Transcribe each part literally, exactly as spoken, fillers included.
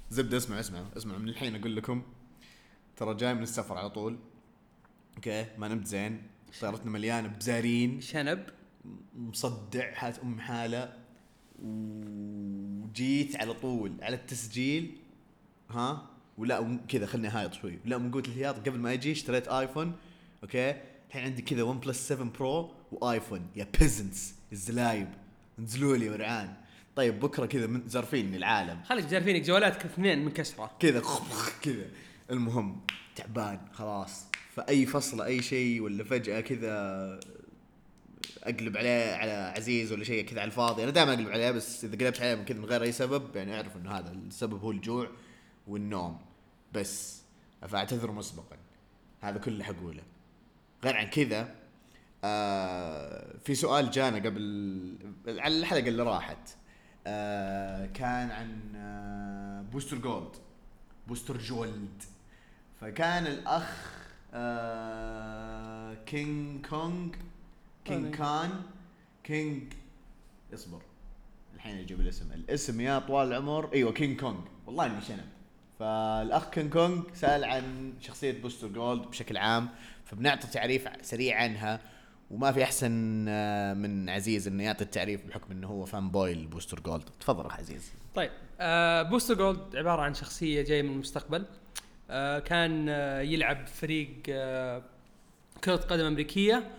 زبده اسمع اسمع اسمع من الحين اقول لكم، ترى جاي من السفر على طول، اوكي ما نمت زين، طيارتنا مليانه بزارين شنب مصدع حالة ام حاله، وجيت على طول على التسجيل ها ولا كذا خلني هايط شوي، لا من قوه الهياط قبل ما اجي اشتريت ايفون، اوكي الحين عندي كذا ون بلس سفن برو وايفون، يا بيزنس الزلايب نزلوا لي ورعان. طيب بكره كذا من زارفين العالم، خليك جارفينك جوالاتك اثنين من كسره كذا كذا. المهم تعبان خلاص، فاي فصل اي شيء ولا فجاه كذا اقلب عليه على عزيز ولا شيء كذا على الفاضي، انا دائما اقلب عليه، بس اذا قلبت عليه من كذا من غير اي سبب يعني اعرف انه هذا السبب هو الجوع والنوم بس، فاعتذر مسبقا. هذا كله حقوله. غير عن كذا آه في سؤال جانا قبل على الحلقه اللي راحت، آه كان عن آه بوستر جولد، بوستر جولد. فكان الاخ آه كينج كونغ كينج كان كينج اصبر الحين اجيب الاسم الاسم يا طوال العمر، ايوه كينج كونغ، والله اني شنب. فالاخ كينج كونغ سأل عن شخصية بوستر جولد بشكل عام، فبنعطي تعريف سريع عنها، وما في احسن من عزيز انه يعطي التعريف بحكم انه هو فان بوي لبوستر جولد. تفضل اخ عزيز. طيب آه بوستر جولد عبارة عن شخصية جاية من المستقبل، آه كان آه يلعب فريق آه كرة قدم أمريكية،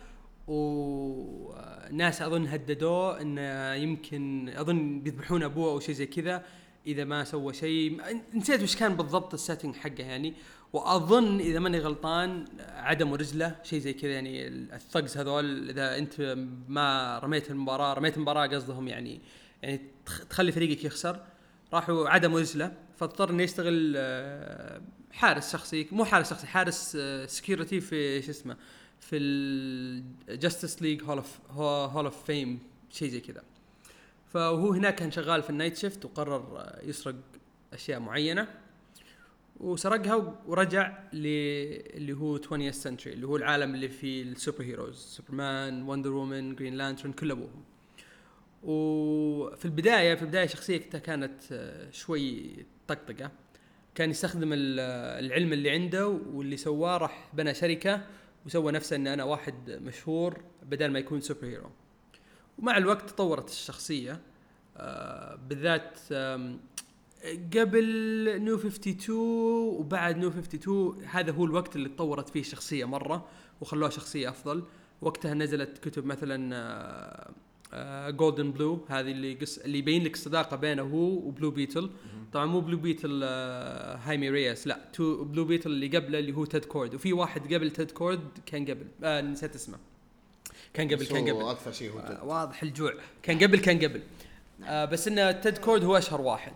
وناس أظن هددوه إنه يمكن أظن بيذبحون أبوه أو شيء زي كذا إذا ما سوى شيء، نسيت وش كان بالضبط السيتنج حقه يعني. وأظن إذا ماني غلطان عدم رجله شيء زي كذا يعني. الثقز هذول إذا أنت ما رميت المباراة رميت المباراة قصدهم يعني يعني تخلي فريقك يخسر، راحوا عدم رجله، فاضطر إنه يشتغل حارس شخصي، مو حارس شخصي، حارس سكيورتي في شو اسمه في الجاستس ليج هول اوف هول اوف فيم شيء زي كذا. فهو هناك كان شغال في النايت شيفت وقرر يسرق اشياء معينه وسرقها ورجع اللي هو twentieth century اللي هو العالم اللي فيه السوبر هيروز، سوبرمان، وندر وومن، جرين لانترن، كل ابوهم. وفي البدايه في البدايه شخصيته كانت شوي طقطقه، كان يستخدم العلم اللي عنده واللي سواه راح بنى شركه وسوى نفسه ان انا واحد مشهور بدل ما يكون سوبر هيرو. ومع الوقت تطورت الشخصيه آه بالذات قبل نيو اثنين وخمسين وبعد نيو اثنين وخمسين، هذا هو الوقت اللي تطورت فيه الشخصيه مره وخلوها شخصيه افضل. وقتها نزلت كتب مثلا جولدن بلو، هذه اللي قص اللي يبين لك الصداقه بينه هو وبلو بيتل. طبعا مو بلو بيتل آه هايمي رياس، لا تو بلو بيتل اللي قبله اللي هو تيد كورد، وفي واحد قبل تيد كورد كان قبل آه نسيت اسمه، كان قبل كان قبل اكثر شيء هو آه واضح الجوع، كان قبل كان قبل آه بس انه تيد كورد هو اشهر واحد.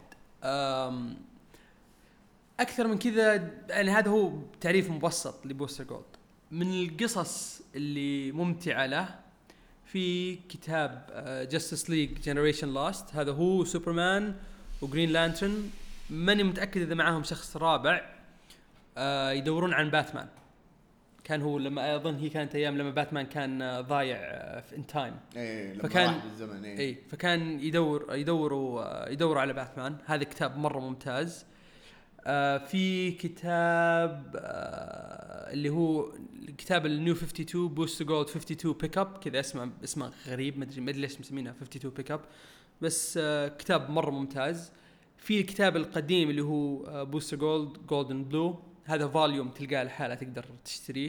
اكثر من كذا يعني هذا هو تعريف مبسط لبوستر جولد. من القصص اللي ممتعه له في كتاب جاستس ليج جنريشن لاست، هذا هو سوبرمان وجرين لانترن، ماني متاكد اذا معاهم شخص رابع آه يدورون عن باتمان. كان هو لما اظن هي كانت ايام لما باتمان كان ضايع في ان تايم، ايه فكان بالزمن ايه. ايه فكان يدور يدوروا يدوروا على باتمان. هذا كتاب مره ممتاز. آه في كتاب آه اللي هو كتاب النيو اثنين وخمسين بوست جولد اثنين وخمسين بيك اب، كذا اسمه اسمه غريب ما ادري ما ادري ليش مسمينها اثنين وخمسين بيك اب، بس آه كتاب مره ممتاز. في الكتاب القديم اللي هو آه بوست جولد جولدن بلو، هذا فوليوم تلقاه لحاله تقدر تشتريه.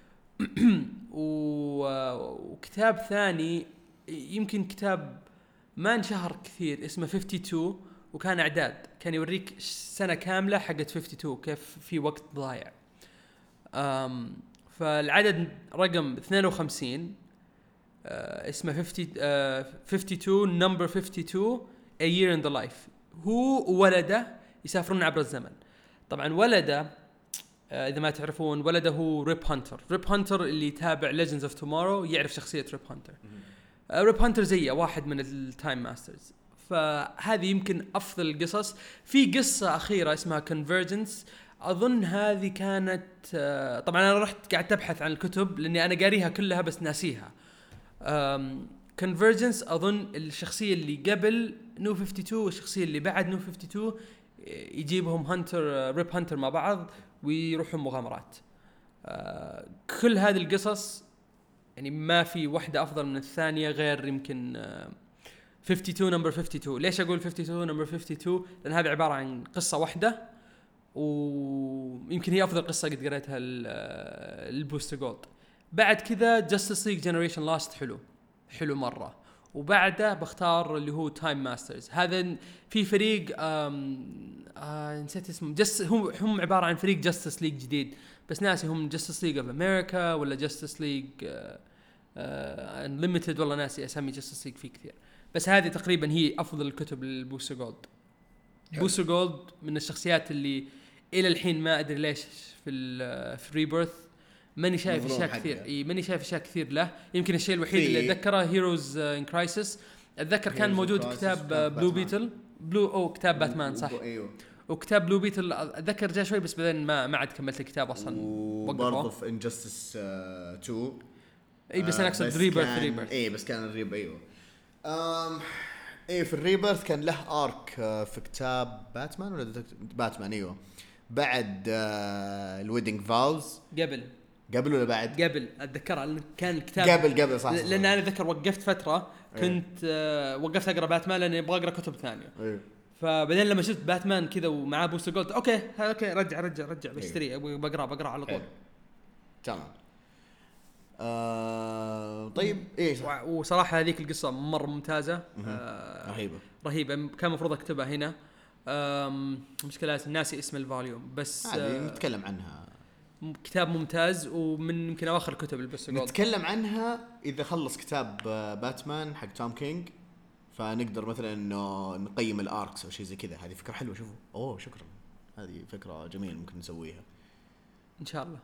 وكتاب ثاني يمكن كتاب ما انشهر كثير اسمه اثنين وخمسين، وكان اعداد كان يوريك سنه كامله حقت اثنين وخمسين كيف في وقت ضايع. أم فالعدد رقم اثنين وخمسين أه اسمه خمسين أه اثنين وخمسين نمبر اثنين وخمسين a year in the life. هو وولده يسافرون عبر الزمن. طبعا ولده أه اذا ما تعرفون ولده هو ريب هانتر. ريب هانتر اللي يتابع ليجندز اوف تومورو يعرف شخصيه ريب هانتر. أه ريب هانتر زيه واحد من التايم ماسترز. فهذه يمكن أفضل القصص. في قصة أخيرة اسمها Convergence، أظن هذه كانت طبعا أنا رحت قاعد أبحث عن الكتب لأني أنا قاريها كلها بس ناسيها. Convergence أظن الشخصية اللي قبل نو اثنين وخمسين والشخصية اللي بعد نو اثنين وخمسين يجيبهم هانتر ريب هانتر مع بعض ويروحون مغامرات. آه كل هذه القصص يعني ما في واحدة أفضل من الثانية غير يمكن آه اثنين وخمسين نمبر اثنين وخمسين. ليش أقول اثنين وخمسين نمبر اثنين وخمسين؟ لأن هذه عبارة عن قصة واحدة ويمكن هي أفضل قصة قد قريتها البوستر جولد. بعد كذا جاستس ليج جنريشن لاست حلو حلو مرة. وبعده بختار اللي هو تايم ماسترز. هذا في فريق آم آه نسيت اسمه جس هم هم عبارة عن فريق جاستس ليج جديد بس ناسي هم جاستس ليج اوف امريكا ولا جاستس ليج انليمتد والله ناسي اسامي جاستس ليج في كثير. بس هذه تقريبا هي افضل الكتب البوستر جولد. بوستر جولد من الشخصيات اللي الى الحين ما ادري ليش في في ريبيرث ماني شايف اشياء كثير. اي ماني شايف اشياء كثير له. يمكن الشيء الوحيد اللي اتذكره هيروز ان كرايسيس. اتذكر كان موجود كتاب بلو بيتل بلو او كتاب باتمان صح. أيوه. وكتاب بلو بيتل اتذكر جاء شوي بس بعدين ما ما عاد كملت الكتاب اصلا. وبرضه في انجستس اثنين اي بس انا اقصد ريبيرث ريبيرث اي بس كان الريب ايوه امم اي في الريبيرث كان له ارك في كتاب باتمان ولا باتمان ايوه بعد الويدنج فاوز قبل قبل ولا بعد قبل اتذكر كان الكتاب قبل قبل صح, صح لان انا اتذكر وقفت فتره كنت آه وقفت اقرا باتمان لاني ابغى اقرا كتب ثانيه أيه. فبعدين لما شفت باتمان كذا ومعاه بوستر قلت اوكي اوكي رجع رجع رجع بشتري ابغى بقرا بقرا على طول. تمام. آه طيب ايش وصراحه هذيك القصه مره ممتازه آه رهيبه رهيبه كان المفروض اكتبها هنا. مشكلة ناسي اسم الفوليوم بس آه نتكلم عنها. كتاب ممتاز ومن يمكن اواخر كتب البس نتكلم عنها اذا خلص كتاب باتمان حق توم كينج فنقدر مثلا انه نقيم الاركس او شيء زي كذا. هذه فكره حلوه. شوفوا اوه شكرا هذه فكره جميله ممكن نسويها ان شاء الله.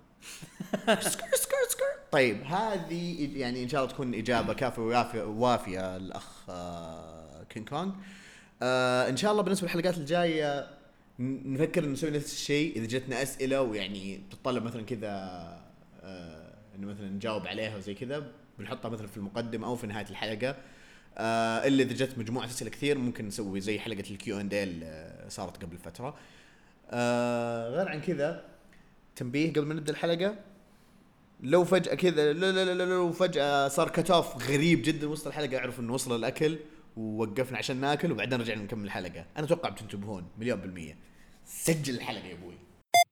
طيب هذه يعني ان شاء الله تكون اجابه كافيه ووافيه وافيه الاخ آه كينج كونغ. آه ان شاء الله بالنسبه للحلقات الجايه نفكر نسوي نفس الشيء. اذا جتنا اسئله ويعني تتطلب مثلا كذا آه انه مثلا نجاوب عليها وزي كذا بنحطها مثلا في المقدمه او في نهايه الحلقه. آه الا اذا جت مجموعه اسئله كثير ممكن نسوي زي حلقه الكيو اند ال صارت قبل فتره. آه غير عن كذا تنبيه قبل ما نبدا الحلقه لو فجاه كذا لا لا لا لو فجاه صار كتاف غريب جدا وسط الحلقه اعرف انه وصل الاكل ووقفنا عشان ناكل وبعدين رجعنا نكمل الحلقه. انا اتوقع بتنتبهون مليون بالميه. سجل الحلقه يا ابوي.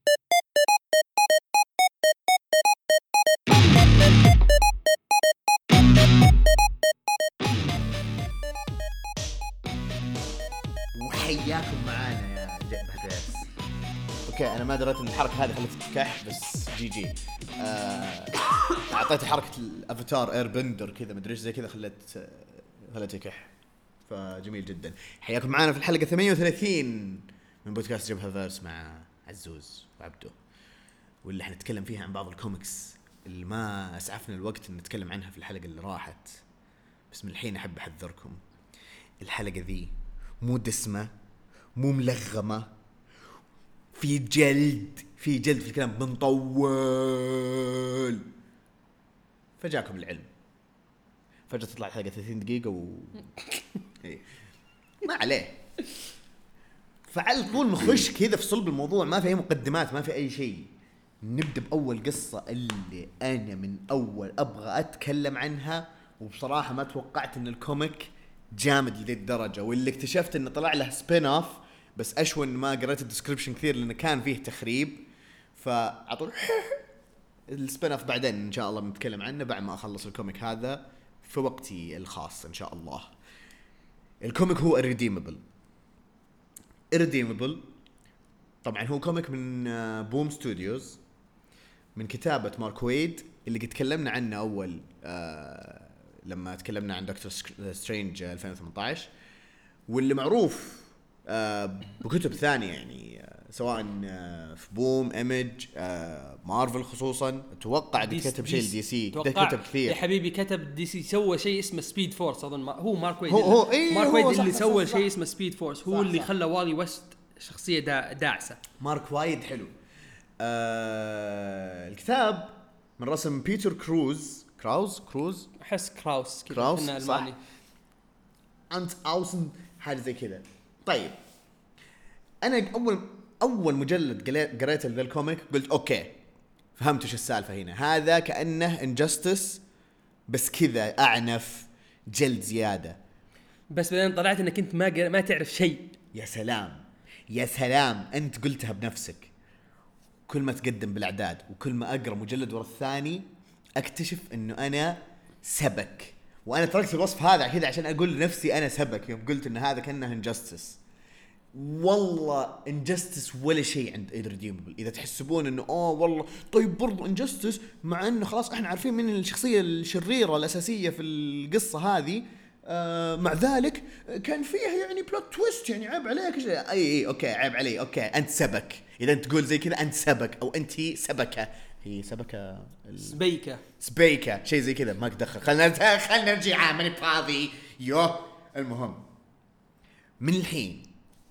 وحياكم معانا يا جبهتاس. اوكي انا ما دريت ان الحركه هذه خلتك تكح بس جي جي. آه اعطيت حركه الافاتار اير بندر كذا مدري ايش زي كذا خلت خلت يكح فجميل جدا. حياكم معانا في الحلقه ثمانية وثلاثين من بودكاست جبهة فيرس مع عزوز وعبده واللي حنتكلم فيها عن بعض الكوميكس اللي ما اسعفنا الوقت ان نتكلم عنها في الحلقه اللي راحت. بس من الحين احب احذركم الحلقه ذي مو دسمه مو ملغمه في جلد في جلد في الكلام بنطول فجاكم العلم. فجأة تطلع الحلقة ثلاثين دقيقة و إيه. ما عليه. فعلى طول نخش كذا في صلب الموضوع ما في أي مقدمات ما في أي شيء. نبدأ بأول قصة اللي أنا من أول أبغى أتكلم عنها وبصراحة ما توقعت إن الكوميك جامد لذي الدرجة واللي اكتشفت إنه طلع له سبين أوف بس أشون ما قرأت الديسكريبشن كثير لأنه كان فيه تخريب فعطول السبين أوف بعدين إن شاء الله بنتكلم عنه بعد ما أخلص الكوميك هذا في وقتي الخاص إن شاء الله. الكوميك هو Irredeemable. Irredeemable طبعا هو كوميك من بوم ستوديوز من كتابة مارك ويد اللي قد تكلمنا عنه أول آه لما تكلمنا عن دكتور سترينج ألفين وثمانية عشر واللي معروف آه بكتب ثانية يعني آه سواء آه في بوم إيمج آه مارفل خصوصا. أتوقع قد كتب شيء لدي سي كتب كثير يا حبيبي. كتب دي سي سوى شيء اسمه سبيد فورس أظن هو مارك ويد هو هو إيه مارك هو ويد صح اللي صح سوى صح شيء صح اسمه سبيد فورس هو صح اللي صح خلى والي ويست شخصية دا داعسة. مارك وايد حلو. آه الكتاب من رسم بيتر كروز كراوز كروز أحس كراوس كذا كراوس كنا ألماني أنت أوسن حاجة زي كذا. طيب انا اول اول مجلد قريته للكوميك قلت اوكي فهمت ايش السالفه هنا. هذا كانه انجستس بس كذا اعنف، جلد زياده. بس بعدين طلعت انك انت ما قر... ما تعرف شيء. يا سلام يا سلام، انت قلتها بنفسك. كل ما تقدم بالاعداد وكل ما اقرا مجلد ورا الثاني اكتشف انه انا سبك. وانا تركت الوصف هذا كذا عشان اقول لنفسي انا سبك يوم قلت ان هذا كانه انجستس. والله انجستس ولا شيء عند ايريديومبل. اذا تحسبون انه اوه والله طيب برضو انجستس مع انه خلاص احنا عارفين من الشخصيه الشريره الاساسيه في القصه هذه، آه مع ذلك كان فيها يعني بلوت تويست، يعني عيب عليك. اي اي اوكي عيب علي، اوكي انت سبك. اذا انت تقول زي كذا انت سبك او انت سبكه، هي سبكه ال... سبيكه سبيكه شيء زي كذا، ما تدخل. خلنا خلنا نرجع من فاضي. يوه المهم من الحين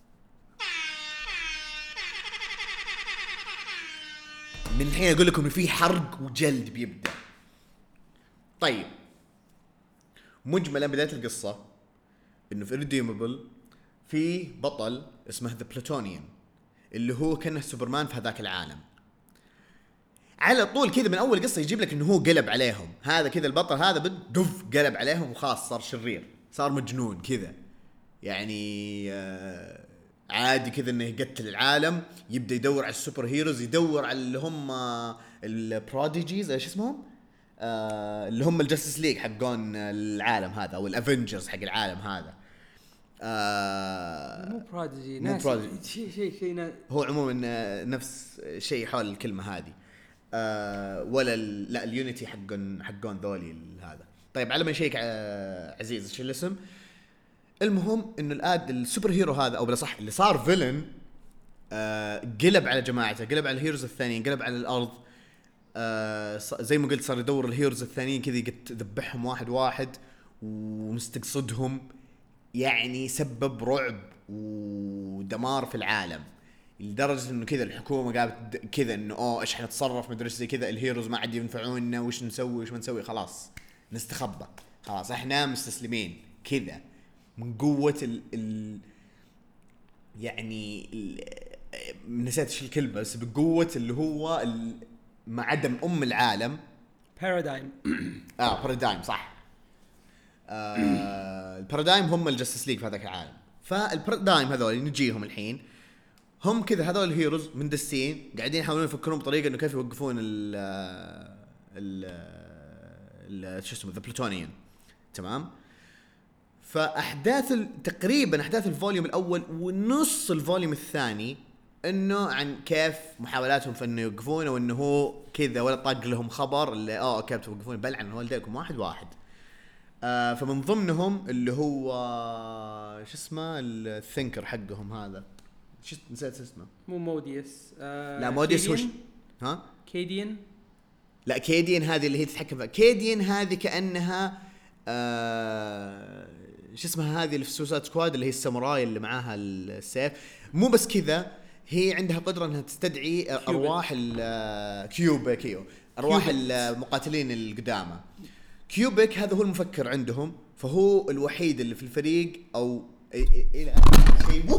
من الحين اقول لكم ان في حرق وجلد بيبدا. طيب مجملا بدايه القصه انه في إيريديومبل في بطل اسمه ذا بلوتونيان اللي هو كانه سوبرمان في هذاك العالم. على طول كذا من اول قصه يجيب لك انه هو قلب عليهم. هذا كذا البطل هذا بدف قلب عليهم وخلاص صار شرير، صار مجنون كذا يعني. آه عادي كذا انه يقتل العالم، يبدا يدور على السوبر هيروز، يدور على اللي هم البروديجيز ايش اسمهم، آه اللي هم الجاستس ليج حقون العالم هذا او الافنجرز حق العالم هذا. آه مو بروديجي، مو بروديجي شيء شيء شيء هو عموما نفس شيء حول الكلمه هذه. آه ولا لا اليونيتي حقون حقون ذولي هذا. طيب على ما نشيك عزيز ايش الاسم. المهم انه الاد السوبر هيرو هذا او بلا صح اللي صار فيلن، آه قلب على جماعته، قلب على الهيروز الثانيين، قلب على الارض. آه زي ما قلت صار يدور الهيروز الثانيين كذا يذبحهم واحد واحد ومستقصدهم، يعني سبب رعب ودمار في العالم لدرجه انه كذا الحكومه قالت كذا انه اوه ايش حنتصرف مدري زي كذا، الهيروز ما عاد ينفعونا، وش نسوي وش ما نسوي، خلاص نستخبى، خلاص احنا مستسلمين كذا من قوه ال, ال يعني ال نسيت ايش الكلمه بس بقوه اللي هو ال مع عدم ام العالم بارادايم. اه بارادايم صح. آه البارادايم هم الجاستس ليج في هذاك العالم. فالبارادايم هذول نجيهم الحين هم كذا هذول الهيروز مندسين قاعدين يحاولون يفكرون بطريقه انه كيف يوقفون ال ال شو اسمه ذا بلوتونيان. تمام. فاحداث تقريبا احداث الفوليوم الاول ونص الفوليوم الثاني انه عن كيف محاولاتهم في انه يوقفونه، وانه هو كذا ولا طاق لهم خبر اللي اه اوكي بتوقفون بل عن والديكم واحد واحد. آه فمن ضمنهم اللي هو شو اسمه الثينكر حقهم هذا، شو نسيت اسمه. مو موديوس. آه لا موديوس وش ها كيديان. لا كيديان هذه اللي هي تتحكم فيها. كيديان هذه كأنها آه شو اسمها هذه اللي في سوسايد سكواد اللي هي الساموراي اللي معاها السيف. مو بس كذا هي عندها قدرة انها تستدعي ارواح الكيوب كيو ارواح المقاتلين القدامى. كيوبيك هذا هو المفكر عندهم، فهو الوحيد اللي في الفريق او الى شيء.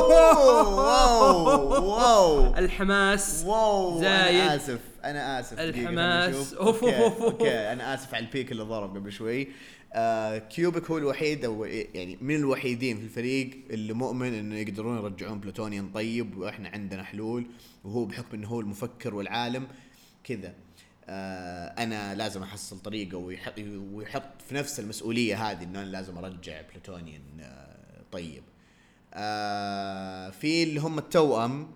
واو الحماس واو زايد. انا اسف انا اسف الحماس اوف اوف اوكي انا اسف على البيك اللي ضرب قبل شوي. آه كيوبيك هو الوحيد او يعني من الوحيدين في الفريق اللي مؤمن انه يقدرون يرجعون بلوتونيان طيب واحنا عندنا حلول، وهو بحكم انه هو المفكر والعالم كذا. آه انا لازم احصل طريقه ويحط ويحط في نفس المسؤوليه هذه انه انا لازم ارجع بلوتونيان آه طيب. آه في اللي هم التوأم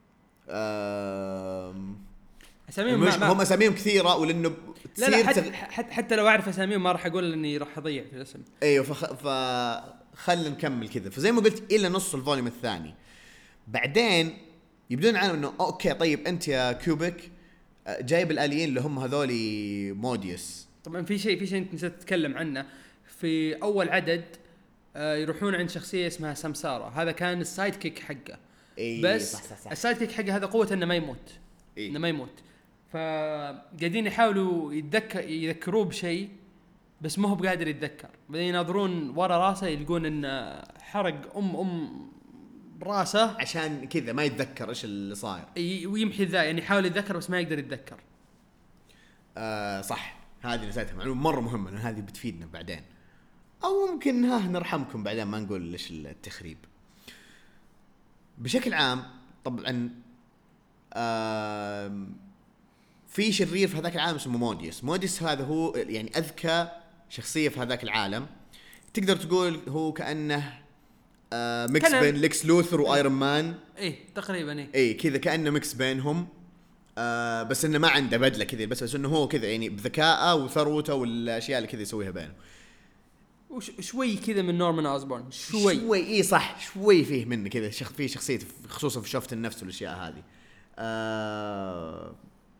آه اساميهم هم اساميهم كثيره ولانه لا لا حتى, حتى حتى لو اعرف اساميهم ما راح اقول اني راح اضيع في الاسم. ايوه فخ... فخلنا نكمل كذا. فزي ما قلت الى نص الفوليوم الثاني بعدين يبدون عنه انه اوكي طيب انت يا كيوبيك جايب الاليين اللي هم هذولي موديوس. طبعا في شيء في شيء انت نسيت تتكلم عنه في اول عدد. آه يروحون عند شخصيه اسمها سمسارة، هذا كان السايد كيك حقه. إيه بس صح صح صح. السايد كيك حقه هذا قوته انه ما يموت. إيه؟ انه ما يموت. فقاعدين يحاولوا يتذكر يذكروه بشيء بس ما هو بقادر يتذكر. بعدين يناظرون ورا راسه يلقون ان حرق ام ام براسه عشان كذا ما يتذكر ايش اللي صاير. ويمحي الذا، يعني يحاول يتذكر بس ما يقدر يتذكر. آه صح، هذه نسيتها، معلومة مرة مهمة لأن هذه بتفيدنا بعدين، أو ممكن ها نرحمكم بعدين ما نقول ليش التخريب. بشكل عام طبعا آه في شرير في هذاك العالم اسمه موديوس. موديوس هذا هو يعني أذكى شخصية في هذاك العالم، تقدر تقول هو كأنه آه ميكس بين ليكس لوثر وآيرون مان. إيه تقريبا إيه إيه كذا كأنه ميكس بينهم. آه بس انه ما عنده بدله كذا، بس بس انه هو كذا يعني بذكاءه وثروته والاشياء اللي كذا يسويها بينه. وشوي كذا من نورمان اوزبورن شوي شوي اي صح، شوي فيه منه كذا شخ فيه شخصيه خصوصا في شفت النفس والاشياء هذه. آه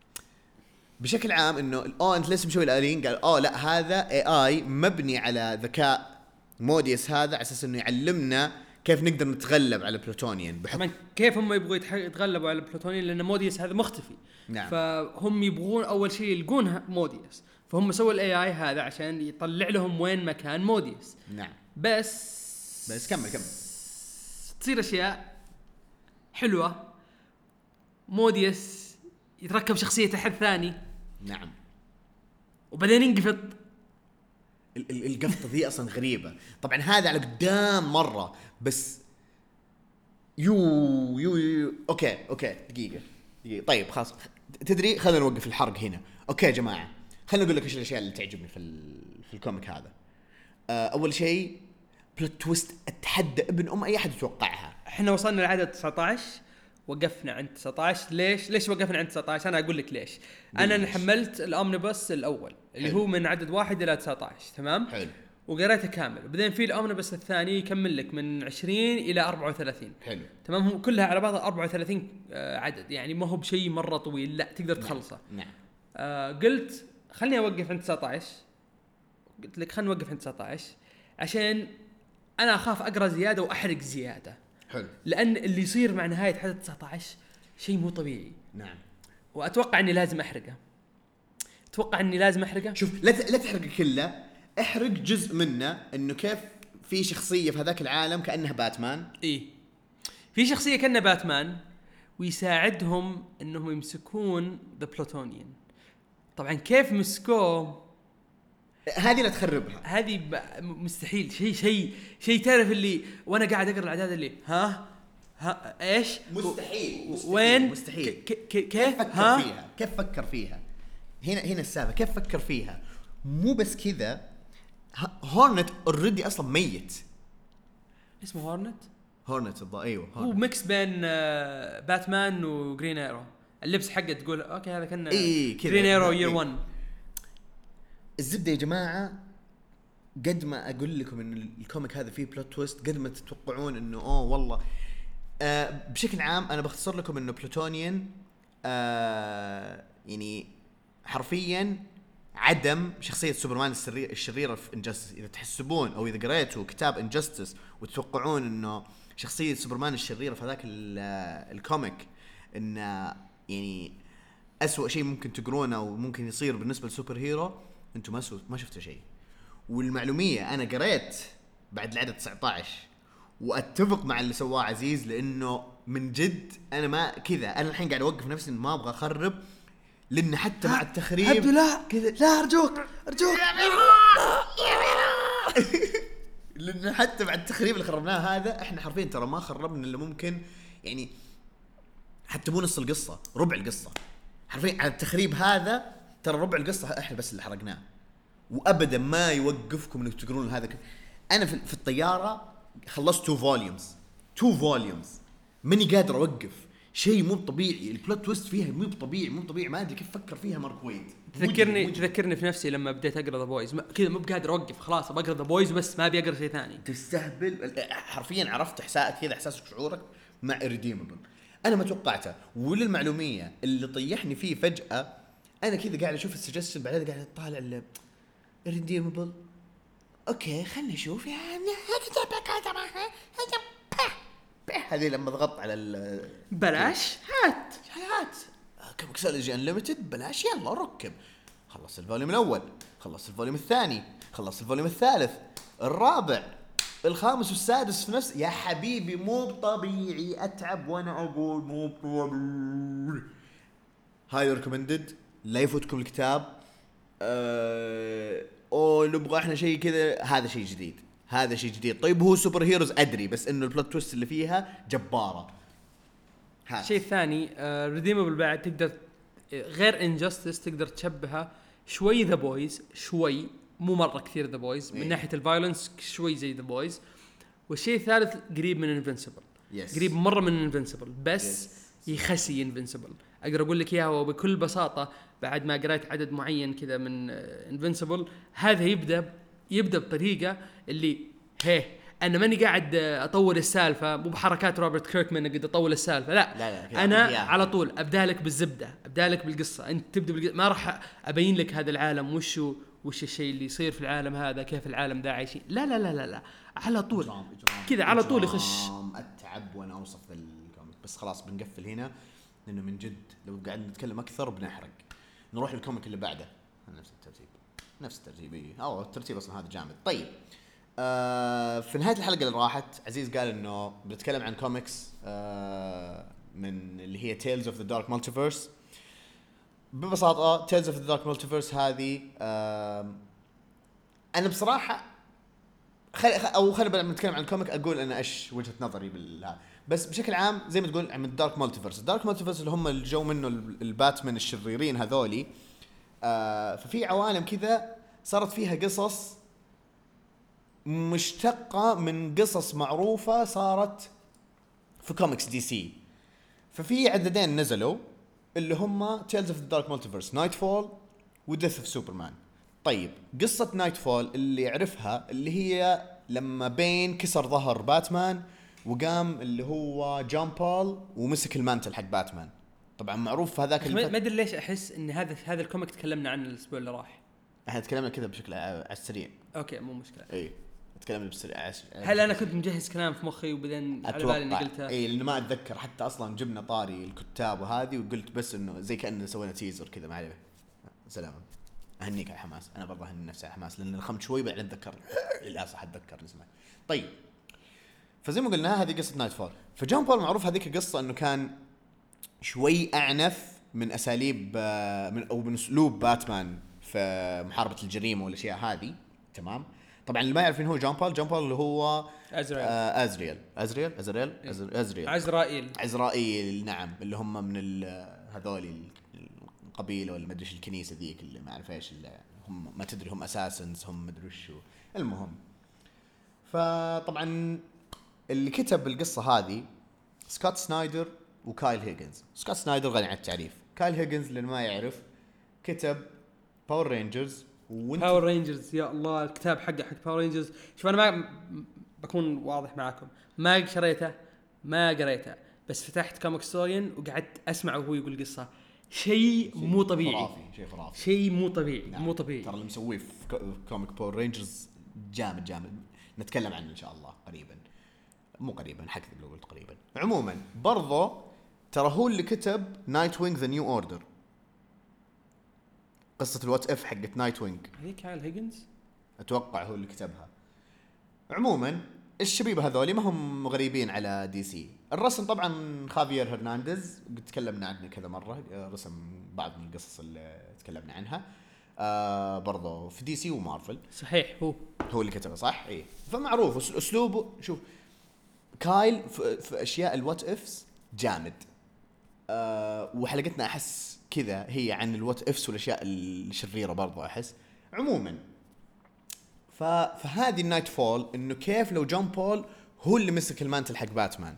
بشكل عام انه اه انت لسه مسوي الالين، قال اه لا هذا اي اي مبني على ذكاء موديوس هذا على اساس انه يعلمنا كيف نقدر نتغلب على بلوتونيان. بحكم كيف هم يبغوا يتغلبوا على بلوتونيان لان موديوس هذا مختفي. نعم. فهم يبغون اول شيء يلقون موديوس، فهم سووا الاي اي هذا عشان يطلع لهم وين مكان موديوس. نعم. بس بس كمل كمل تصير اشياء حلوه، موديوس يتركب شخصيه حد ثاني. نعم. وبعدين ينقفط. القفطه ذي اصلا غريبه. طبعا هذا على قدام مره، بس يو يو, يو. اوكي اوكي دقيقه دقيقه طيب خلاص تدري خلينا نوقف الحرق هنا. اوكي يا جماعه خلينا نقول لك ايش الاشياء اللي تعجبني في في الكوميك هذا. آه اول شيء بلوت تويست اتحدى ابن ام اي احد يتوقعها. احنا وصلنا لعدد تسعة عشر وقفنا عند تسعة عشر. ليش ليش وقفنا عند تسعة عشر؟ انا اقول لك ليش. انا نحملت الامنيبس الاول اللي حلو. هو من عدد واحد الى تسعة عشر تمام. حلو. وقريته كامل، وبعدين في الامنيبس الثاني يكمل لك من عشرين الى أربعة وثلاثين. حلو. تمام. هم كلها على بعضها أربعة وثلاثين عدد، يعني ما هو بشيء مره طويل، لا تقدر تخلصه. نعم. آه قلت خلني اوقف عند تسعة عشر. قلت لك خلني نوقف عند تسعة عشر عشان انا اخاف اقرا زياده واحرق زياده. حلو. لان اللي يصير مع نهايه عدد تسعة عشر شيء مو طبيعي. نعم. واتوقع اني لازم احرقه. اتوقع اني لازم احرقه. شوف لا لا تحرق كله، احرق جزء منه، انه كيف في شخصيه في هذاك العالم كانها باتمان. ايه في شخصيه كانها باتمان ويساعدهم انهم يمسكون ذا بلوتونيان. طبعا كيف مسكوه هذه لا تخربها، هذه مستحيل. شيء شيء شيء تعرف اللي وانا قاعد اقرا الاعداد اللي ها ها ايش مستحيل, مستحيل وين مستحيل كيف فكر فيها كيف فكر فيها هنا هنا السالفه كيف فكر فيها. مو بس كذا، هورنت اوريدي اصلا ميت. اسمه هورنت هورنت الض ايوه هو ميكس بين باتمان وجرين ايرو. اللبس حقه تقول اوكي هذا كان إيه جرين ايرو يير واحد. الزبده يا جماعه، قد ما اقول لكم ان الكوميك هذا فيه بلوت تويست قد ما تتوقعون انه اوه والله. آه بشكل عام انا بختصر لكم انه بلوتونيان آه يعني حرفيا عدم شخصيه سوبرمان الشريره في انجستس. اذا تحسبون او اذا قريتوا كتاب انجستس وتتوقعون انه شخصيه سوبرمان الشريره في هذاك الكوميك ان يعني اسوأ شيء ممكن تقرونه او ممكن يصير بالنسبه للسوبر هيرو، انتم ما ما شفتوا شيء. والمعلوميه انا قريت بعد العدد تسعة عشر واتفق مع اللي سواه عزيز، لانه من جد انا ما كذا انا الحين قاعد اوقف نفسي ما ابغى اخرب، لان حتى مع التخريب عبدو لا كذا لا ارجوك ارجوك لان حتى مع التخريب اللي خربناه هذا احنا حرفيا ترى ما خربنا الا ممكن يعني حتى مو نص القصه، ربع القصه حرفيا. على التخريب هذا ترى ربع القصه احنا بس اللي حرقناه، وابدا ما يوقفكم انك تقرون هذا. انا في الطياره خلصت تو فوليومز تو فوليومز ماني قادر اوقف. شيء مو طبيعي، البلوت تويست فيها مو طبيعي مو طبيعي ما ادري كيف فكر فيها مارك ويد. تذكرني تذكرني في نفسي لما بديت اقرا ذا بويز كذا مو بقادر اوقف، خلاص بقرا ذا بويز بس ما ابي اقرا شيء ثاني. تستهبل حرفيا. عرفت احساسك كذا، احساسك شعورك مع إريديمبل انا ما توقعته. وللمعلوميه اللي طيحني فيه فجاه انا كذا قاعد اشوف السجستشن بعدين قاعد اطالع إريديمبل اوكي خلنا نشوف يعني هذه لما ضغطت على ال بلاش هات هات كم كسلجي انليمتد بلاش يلا ركب. خلص الفوليوم الاول، خلص الفوليوم الثاني، خلص الفوليوم الثالث، الرابع، الخامس والسادس في نفس يا حبيبي مو طبيعي اتعب وانا اقول مو طبيعي. هاي ريكومندد لا يفوتكم الكتاب. أه... او نبغى احنا شيء كذا هذا شيء جديد هذا شيء جديد. طيب هو سوبر هيروز ادري بس انه البلوت تويست اللي فيها جبارة. شيء ثاني ريديمبل بعد تقدر غير انجستس تقدر تشبهها شوي ذا بويز شوي مو مرة كثير ذا بويز من ناحية الفايلنس شوي زي ذا بويز. والشيء الثالث قريب من انفنسبل yes. قريب مرة من انفنسبل بس yes. يخسي انفنسبل. اقدر اقول لك اياها وبكل بساطة بعد ما قرأت عدد معين كذا من انفنسبل. هذا يبدأ يبدأ بطريقة اللي هي انا ماني قاعد اطول السالفه مو بحركات روبرت كيركمان قد اطول السالفه لا, لا, لا انا يعني. على طول ابدالك بالزبده ابدالك بالقصه انت تبدا بالقصة. ما راح ابين لك هذا العالم وش وش الشيء اللي يصير في العالم هذا كيف العالم ذا عايشين لا لا لا لا, لا. على طول كذا على طول يخش اتعب وانا اوصف الكوميك. بس خلاص بنقفل هنا لانه من جد لو قاعد نتكلم اكثر بنحرق. نروح للكوميك اللي بعده نفس الترتيب نفس الترتيب او الترتيب اصلا هذا جامد. طيب آه في نهاية الحلقة اللي راحت عزيز قال انه بنتكلم عن كوميكس آه من اللي هي Tales of the Dark Multiverse. ببساطة Tales of the Dark Multiverse هذه آه انا بصراحة خل... او خلينا بنتكلم عن الكوميك اقول انا ايش وجهة نظري بالها. بس بشكل عام زي ما تقول عن الدارك مالتيفيرس. الدارك مالتيفيرس اللي هم الجو منه الباتمان الشريرين هذولي آه ففي عوالم كذا صارت فيها قصص مشتقة من قصص معروفة صارت في كوميكس دي سي. ففي عددين نزلوا اللي هم Tales of the Dark Multiverse Nightfall و Death of Superman. طيب قصة Nightfall اللي يعرفها اللي هي لما بين كسر ظهر باتمان وقام اللي هو جون بول ومسك المانتل حق باتمان. طبعا معروف في هذاك الفت... ما ادري ليش احس ان هذا هذا الكوميك تكلمنا عنه الاسبوع اللي راح. احنا تكلمنا كذا بشكل على السريع. اوكي مو مشكلة. اي تكلمنا بالسريع. عش... هل انا كنت مجهز كلام في مخي وبعدين على بالي اني قلتها؟ اي لانه ما اتذكر حتى اصلا جبنا طاري الكتاب وهذه وقلت بس انه زي كأننا سوينا تيزر كذا ما عليه. سلام اهنيك على الحماس. انا برضه اهني نفسي على الحماس لان الخمت شوي بعدين اتذكر لا صح اتذكر نسمع. طيب فزي ما قلنا هذه قصة نايت فول. فجون بول معروف هذيك القصة انه كان شوي اعنف من اساليب من او من اسلوب باتمان في محاربة الجريمة والاشياء هذه. تمام. طبعا اللي ما يعرفين هو جون بول. جون بول اللي هو أزرائيل آه أزرائيل أزرائيل أزرائيل أزرائيل عزرائيل عزرائيل نعم اللي هم من هذول القبيلة ولا ما أدري إيش الكنيسة ذيك اللي ما أعرف إيش اللي هم ما تدري هم أساسنز هم ما أدري شو. المهم فطبعا اللي كتب القصة هذه سكوت سنايدر وكايل هيجنز. سكوت سنايدر غني عن التعريف. كايل هيجنز اللي ما يعرف كتب باور رينجرز باور رينجرز. يا الله الكتاب حقه حق باور رينجرز. شوف انا ما بكون واضح معاكم ما شريته ما قريته بس فتحت كوميك ستوريان وقعدت اسمع وهو يقول قصه شيء مو طبيعي خرافي شيء خرافي شيء مو طبيعي نعم. مو طبيعي ترى اللي مسويه في كوميك باور رينجرز جامد جامد. نتكلم عنه ان شاء الله قريبا مو قريبا حكذب لو قلت قريبا. عموما برضه ترى هو اللي كتب نايت وينج ذا نيو اوردر قصة الوات اف حقت نايت وينج. هي كايل هيجنز اتوقع هو اللي كتبها. عموما الشبيبه هذولي ما هم غريبين على دي سي. الرسم طبعا خافير هرنانديز تكلمنا عنه كذا مره رسم بعض من القصص اللي تكلمنا عنها آه برضو في دي سي ومارفل. صحيح هو هو اللي كتبه صح. ايه فمعروف اسلوبه. شوف كايل في, في اشياء الوات افس جامد آه وحلقتنا احس كذا هي عن الوات افس والاشياء الشريره برضو احس. عموما فهذه النايت فول انه كيف لو جون بول هو اللي مسك المانتل حق باتمان.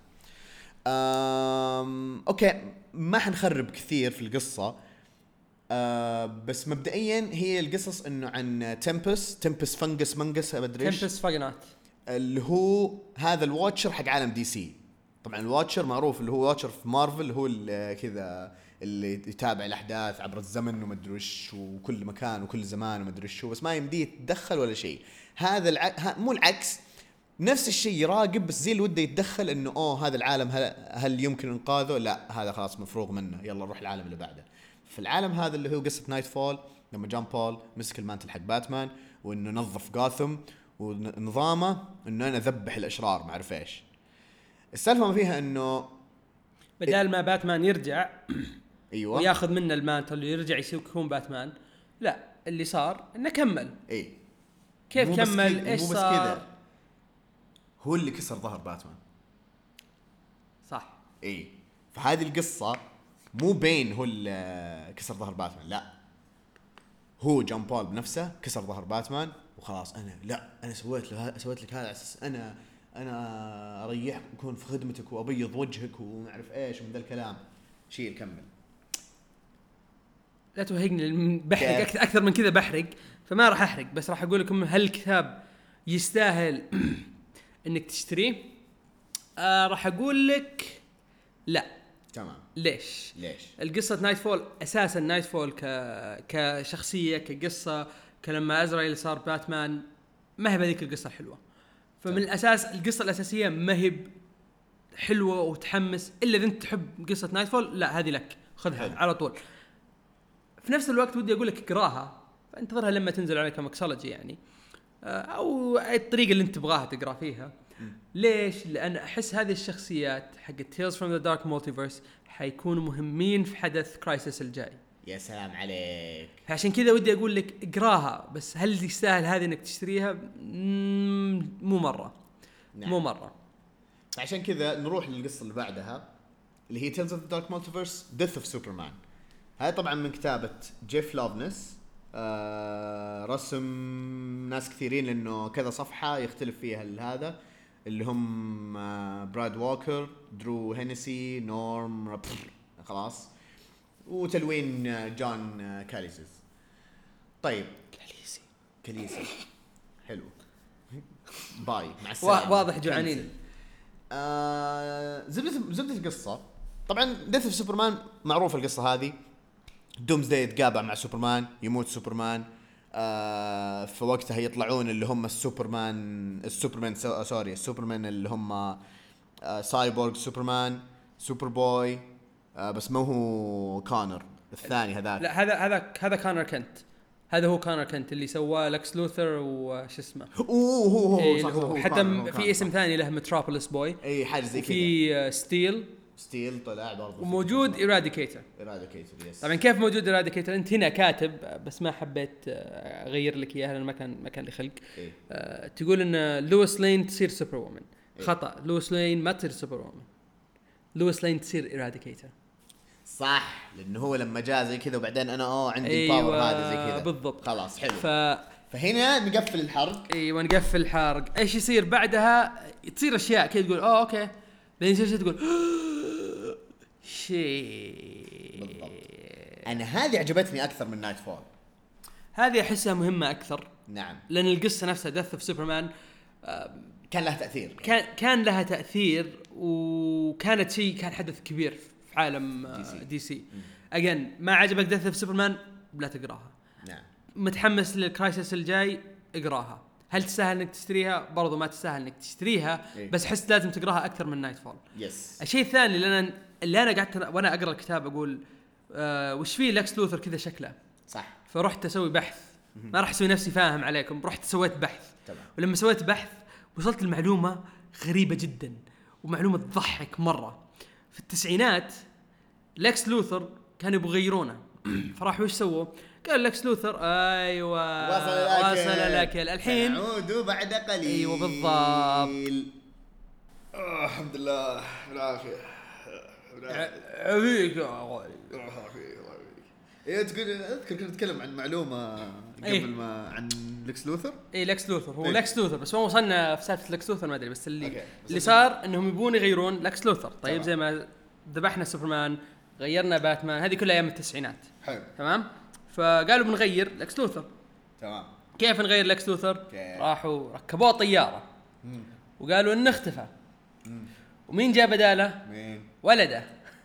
أم اوكي ما حنخرب كثير في القصه أه بس مبدئيا هي القصص انه عن تمبس تمبس فنجس منجس ما ادري ايش تمبس فاجنات اللي هو هذا الواتشر حق عالم دي سي. طبعا الواتشر معروف اللي هو واتشر في مارفل هو اللي كذا اللي يتابع الاحداث عبر الزمن وما ادري ايش وكل مكان وكل زمان وما ادري ايش بس ما يمديه يتدخل ولا شيء. هذا الع... مو العكس نفس الشيء يراقب بس زي اللي وده يتدخل انه اوه هذا العالم هل, هل يمكن انقاذه. لا هذا خلاص مفروغ منه يلا نروح العالم اللي بعده. في العالم هذا اللي هو قصة نايت فول لما جون بول مسك المانتل حق باتمان وانه نظف غاثم ونظامه انه انا اذبح الاشرار ما اعرف ايش. السالفه ما فيها انه بدال ما باتمان يرجع ايوه وياخذ منه المانتل ويرجع يكون باتمان، لا اللي صار انه كمل. اي كيف كمل؟ ايش مو بس صار؟ كذا، هو اللي كسر ظهر باتمان. صح. اي فهذه القصه مو بين هو اللي كسر ظهر باتمان، لا هو جون بول بنفسه كسر ظهر باتمان وخلاص. انا لا انا سويت له سويت لك هذا على اساس انا انا اريحك واكون في خدمتك وابيض وجهك وما اعرف ايش من ذا الكلام. شيل كمل. لا توهقني، بحرق أكثر, اكثر من كذا بحرق، فما راح احرق، بس راح اقول لكم هل الكتاب يستاهل انك تشتريه؟ آه راح اقول لك لا. تمام. ليش؟ ليش؟ القصة نايت فول اساسا نايت فول ك كشخصية كقصة كلما ازرائيل صار باتمان ما هي بهذيك القصة الحلوة. فمن طيب. الاساس القصة الاساسية ما هي حلوة وتحمس الا اذا انت تحب قصة نايت فول. لا هذه لك، خذها حلو. على طول. في نفس الوقت ودي اقول لك اقراها، فانتظرها لما تنزل عليك مكسولوجي يعني، او الطريقه اللي انت تبغاها تقرا فيها. م. ليش؟ لان احس هذه الشخصيات حق تيلز فروم ذا دارك مولتيفيرس حيكونوا مهمين في حدث كرايسيس الجاي. يا سلام عليك. عشان كذا ودي اقول لك اقراها، بس هل يستاهل هذه انك تشتريها؟ مو مره. نعم. مو مره. عشان كذا نروح للقصه اللي بعدها اللي هي تيلز اوف ذا دارك مولتيفيرس ديث اوف سوبرمان. هاي طبعا من كتابة جيف لوفنس. آه رسم ناس كثيرين لأنه كذا صفحة يختلف فيها هذا اللي هم آه براد ووكر، درو هينسي، نورم خلاص، وتلوين آه جون آه كاليسيس. طيب كاليسي كاليسي حلو. باي مع السلامة. واضح جوعنين. آه زبدة زبدة القصة طبعا ديث اوف سوبرمان معروف القصة هذه. دومزداي يتقابع مع سوبرمان، يموت سوبرمان. آه في وقتها يطلعون اللي هم السوبرمان السوبرمان سو سوري السوبرمان اللي هم آه سايبورغ سوبرمان، سوبر بوي. آه بس مو هو كونر الثاني هذاك. لا هذا هذا هذا كونر كنت. هذا هو كونر كنت اللي سواه لكس لوثر وش اسمه. اوه هو هو, إيه صح هو حتى كونر في كونر اسم ثاني له متروبوليس بوي. اي حاجه زي كذا. في ستيل ستيل طلع برضه. وموجود إيراديكيتر. إيراديكيتر يس. طبعا كيف موجود إيراديكيتر؟ انت هنا كاتب بس ما حبيت اغير لك اياها لان ما كان ما كان لي خلق. إيه؟ أه تقول ان لويس لين تصير سوبر وومن. إيه؟ خطا، لويس لين ما تصير سوبر وومن، لويس لين تصير إيراديكيتر. صح لانه هو لما جاء زي كذا وبعدين انا اه عندي أيوة الباور هذا زي كذا بالضبط. خلاص حلو. ف... فهنا نقفل الحرق. ايوه نقفل الحرق. ايش يصير بعدها؟ تصير اشياء كذا تقول اه اوكي، بعدين يصير تقول شيء بالضبط. انا هذه عجبتني اكثر من نايت فول. هذه احسها مهمه اكثر. نعم. لان القصه نفسها ديث اوف سوبرمان كان لها تاثير. كان كان لها تاثير وكانت شيء، كان حدث كبير في عالم دي سي, دي سي. اجين ما عجبك ديث اوف سوبرمان لا تقراها. نعم. متحمس للكرايسيس الجاي اقراها. هل تستاهل انك تشتريها؟ برضو ما تستاهل انك تشتريها. إيه؟ بس حس لازم تقراها اكثر من نايت فول. يس. الشيء الثاني اللي انا اللي انا قعدت وانا اقرا الكتاب اقول آه وش فيه لكس لوثر كذا شكله صح. فرحت اسوي بحث. ما راح اسوي نفسي فاهم عليكم، رحت سويت بحث. تمام. ولما سويت بحث وصلت المعلومه غريبه جدا ومعلومه تضحك مره. في التسعينات لكس لوثر كانوا يبغوا يغيرونه فراح وش سووا؟ قال لكس لوثر ايوه وصل الاكل وصل الاكل الحين نعود بعد قليل. ايوه بالضبط. آه الحمد لله بالعافيه. عبيك يا غالي. ايه تقول اذكر كنا نتكلم عن معلومه قبل إيه؟ ما عن لكس لوثر. اي لكس لوثر هو إيه؟ لكس لوثر بس ما وصلنا في سالفه لكس لوثر ما ادري. بس اللي أوكي. اللي صار انهم يبون يغيرون لكس لوثر. طيب تمام. زي ما ذبحنا سوبرمان غيرنا باتمان، هذه كلها ايام التسعينات. حلو. تمام. فقالوا بنغير لكس لوثر. تمام. كيف نغير لكس لوثر؟ كيف؟ راحوا ركبوه طياره مم. وقالوا انه اختفى. مم. ومين جاء بداله؟ مين؟ ولده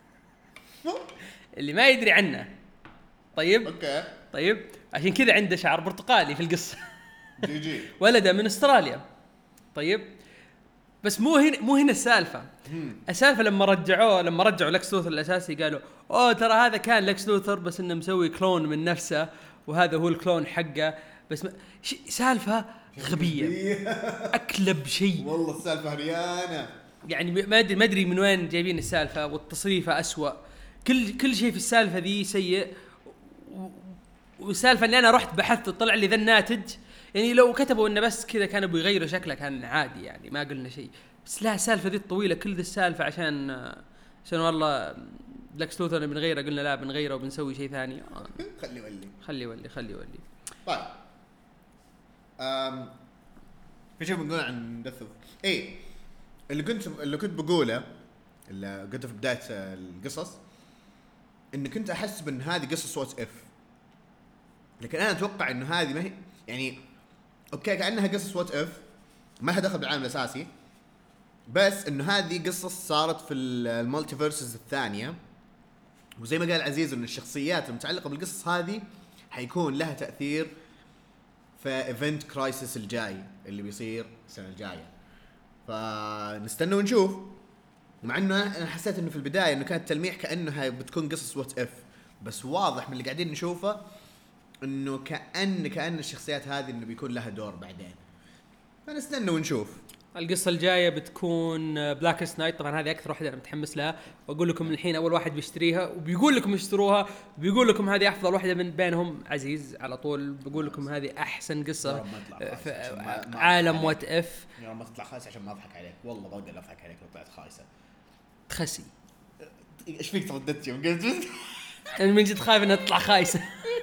اللي ما يدري عنه. طيب اوكي. طيب عشان كذا عنده شعر برتقالي في القصه. جي جي. ولده من استراليا. طيب بس مو هنا مو هنا السالفه. السالفه لما رجعوه لما رجعوا لكس لوثر الاساسي قالوا اوه ترى هذا كان لكس لوثر بس انه مسوي كلون من نفسه وهذا هو الكلون حقه. بس ما ش... سالفه غبيه اكلب شيء والله السالفه هريانه يعني. ما ادري ما ادري من وين جايبين السالفه، والتصريفه أسوأ، كل كل شيء في السالفه ذي سيء. والسالفه اني انا رحت بحثت طلع لي ذا الناتج. يعني لو كتبوا انه بس كذا كانوا بيغيروا شكله كان عادي يعني ما قلنا شيء. بس لا السالفه ذي الطويله كل ذي السالفه عشان عشان والله لكس لوثر بنغيره، قلنا لا بنغيره وبنسوي شيء ثاني. خلي ولي خلي ولي خلي ولي. طيب امم في شيء بنقول عن دث ايه اللي كنت اللي كنت بقوله اللي قلته في بدايه القصص، ان كنت احس بان هذه قصص وات اف، لكن انا اتوقع انه هذه ما هي يعني اوكي كانها قصص وات اف ما لها دخل بالعالم الاساسي، بس انه هذه قصص صارت في المالتيفيرسز الثانيه. وزي ما قال عزيز ان الشخصيات المتعلقه بالقصص هذه حيكون لها تاثير في ايفنت كرايسيس الجاي اللي بيصير السنه الجايه، فنستنى ونشوف. مع انه انا حسيت انه في البدايه انه كانت تلميح كانها بتكون قصص وات اف، بس واضح من اللي قاعدين نشوفه انه كأن كأن الشخصيات هذه انه بيكون لها دور بعدين، فنستنى ونشوف. القصة الجاية بتكون بلاكست نايت، طبعا هذه أكثر واحدة أنا متحمس لها، وأقول لكم من الحين أول واحد بيشتريها وبيقول لكم اشتروها، بيقول لكم هذه أفضل واحدة من بينهم عزيز على طول، بيقول لكم هذه أحسن قصة في عالم وات اف. يا ما تطلع خايسة عشان ما أضحك عليك، والله بقدر أضحك عليك لو طلعت خايسة. تخسي إيش فيك ترددت يوم قلت؟ أنا من جد خايف إنها تطلع خايسة.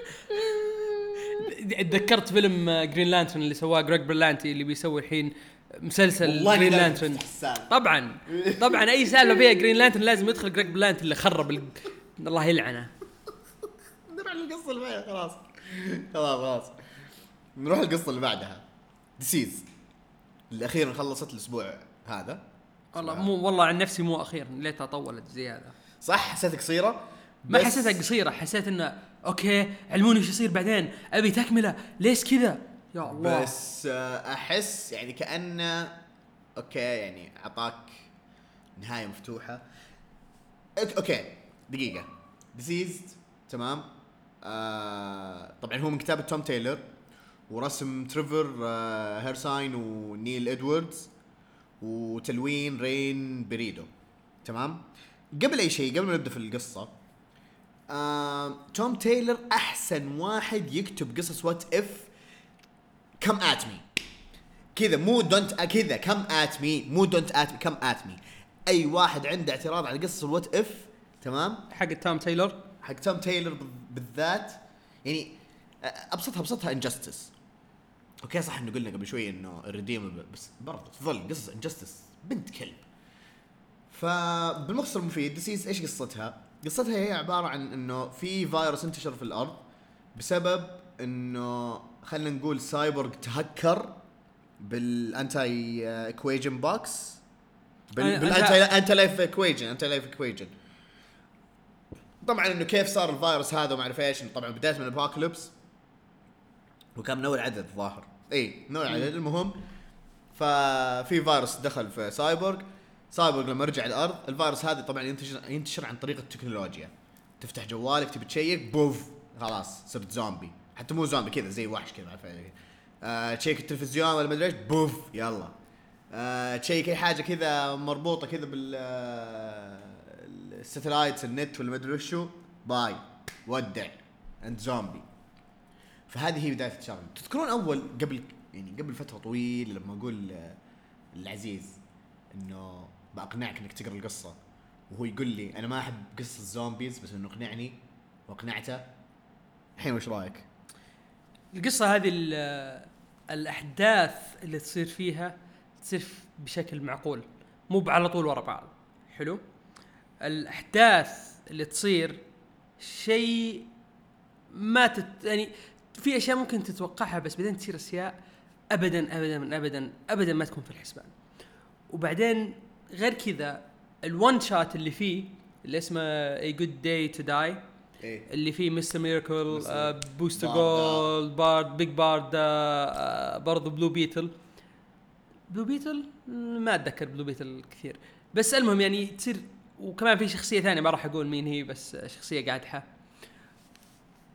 تذكرت فيلم جرين لانترن اللي سواه غريغ برلانتي اللي بيسوي الحين مسلسل جرين لانترن. طبعا طبعا اي سالفه فيها جرين لانترن لازم يدخل غريغ برلانتي اللي خرب ال... الله يلعنه. نروح للقصه اللي بعدها. خلاص خلاص خلاص نروح القصه اللي بعدها. ديسيز اللي اخيرا خلصت الاسبوع هذا. والله مو والله عن نفسي مو اخيرا، ليتها طولت زياده. صح حسيتها قصيره، ما حسيتها قصيره، حسيت انه اوكي علموني ايش يصير بعدين، ابي تكمله ليش كذا يا الله. بس احس يعني كأنه اوكي يعني عطاك نهايه مفتوحه. اوكي دقيقه ديسيزد تمام. آه طبعا هو من كتابه توم تايلر ورسم تريفر آه هيرساين ونيل ادواردز وتلوين رين بريدو تمام. قبل اي شيء قبل ما نبدا في القصه، آه، توم تايلر احسن واحد يكتب قصص وات اف. كم ات مي كذا مو دونت كذا كم ات مي مو دونت ات مي كم ات مي. اي واحد عنده اعتراض على قصص الوات اف تمام حق توم تايلر حق توم تايلر بالذات يعني ابسطها ابسطها انجستس. اوكي صح انه قلنا قبل شوي انه الريديم بس برضه تظل قصص انجستس بنت كلب. فبالمختصر المفيد ديسيز ايش قصتها؟ قصتها هي عباره عن انه في فيروس انتشر في الارض بسبب انه خلينا نقول سايبورغ تهكر بالانتي اكويجن بوكس بالانتي انتي لايف اكويجن انتي لايف اكويجن. طبعا انه كيف صار الفيروس هذا وما اعرف ايش. طبعا بدايه من الابوكاليبس وكان من اول عدد ظاهر اي من اول عدد. المهم ففي فيروس دخل في سايبورغ. سايبورغ لما رجع الارض الفيروس هذا طبعا ينتشر ينتشر عن طريق التكنولوجيا. تفتح جوالك تبي تشيك بوف خلاص صرت زومبي. حتى مو زومبي كذا زي وحش كذا عارف آه تشيك التلفزيون ولا ما ادري ايش بوف يلا. آه تشيك اي حاجه كذا مربوطه كذا بال الساتلايت النت ولا ما ادري وشو باي ودع انت زومبي. فهذه هي بدايه الشغله. تذكرون اول قبل يعني قبل فتره طويله لما اقول العزيز انه باقنعك انك تقرا القصه وهو يقول لي انا ما احب قصص الزومبيز بس انه اقنعني واقنعته. الحين وش رايك؟ القصه هذه الاحداث اللي تصير فيها تصير بشكل معقول مو على طول ورا بعض. حلو. الاحداث اللي تصير شيء ما تت... يعني في اشياء ممكن تتوقعها بس بعدين تصير اشياء ابدا ابدا من ابدا ابدا ما تكون في الحسبان. وبعدين غير كذا الوان شات اللي فيه اللي اسمه A Good Day to Die إيه؟ اللي فيه مستر ميراكل بوستر جولد بارد بيج بارد برضو بلو بيتل بلو بيتل ما اتذكر بلو بيتل كثير. بس المهم يعني تصير. وكمان في شخصيه ثانيه ما راح اقول مين هي بس شخصيه قادحه.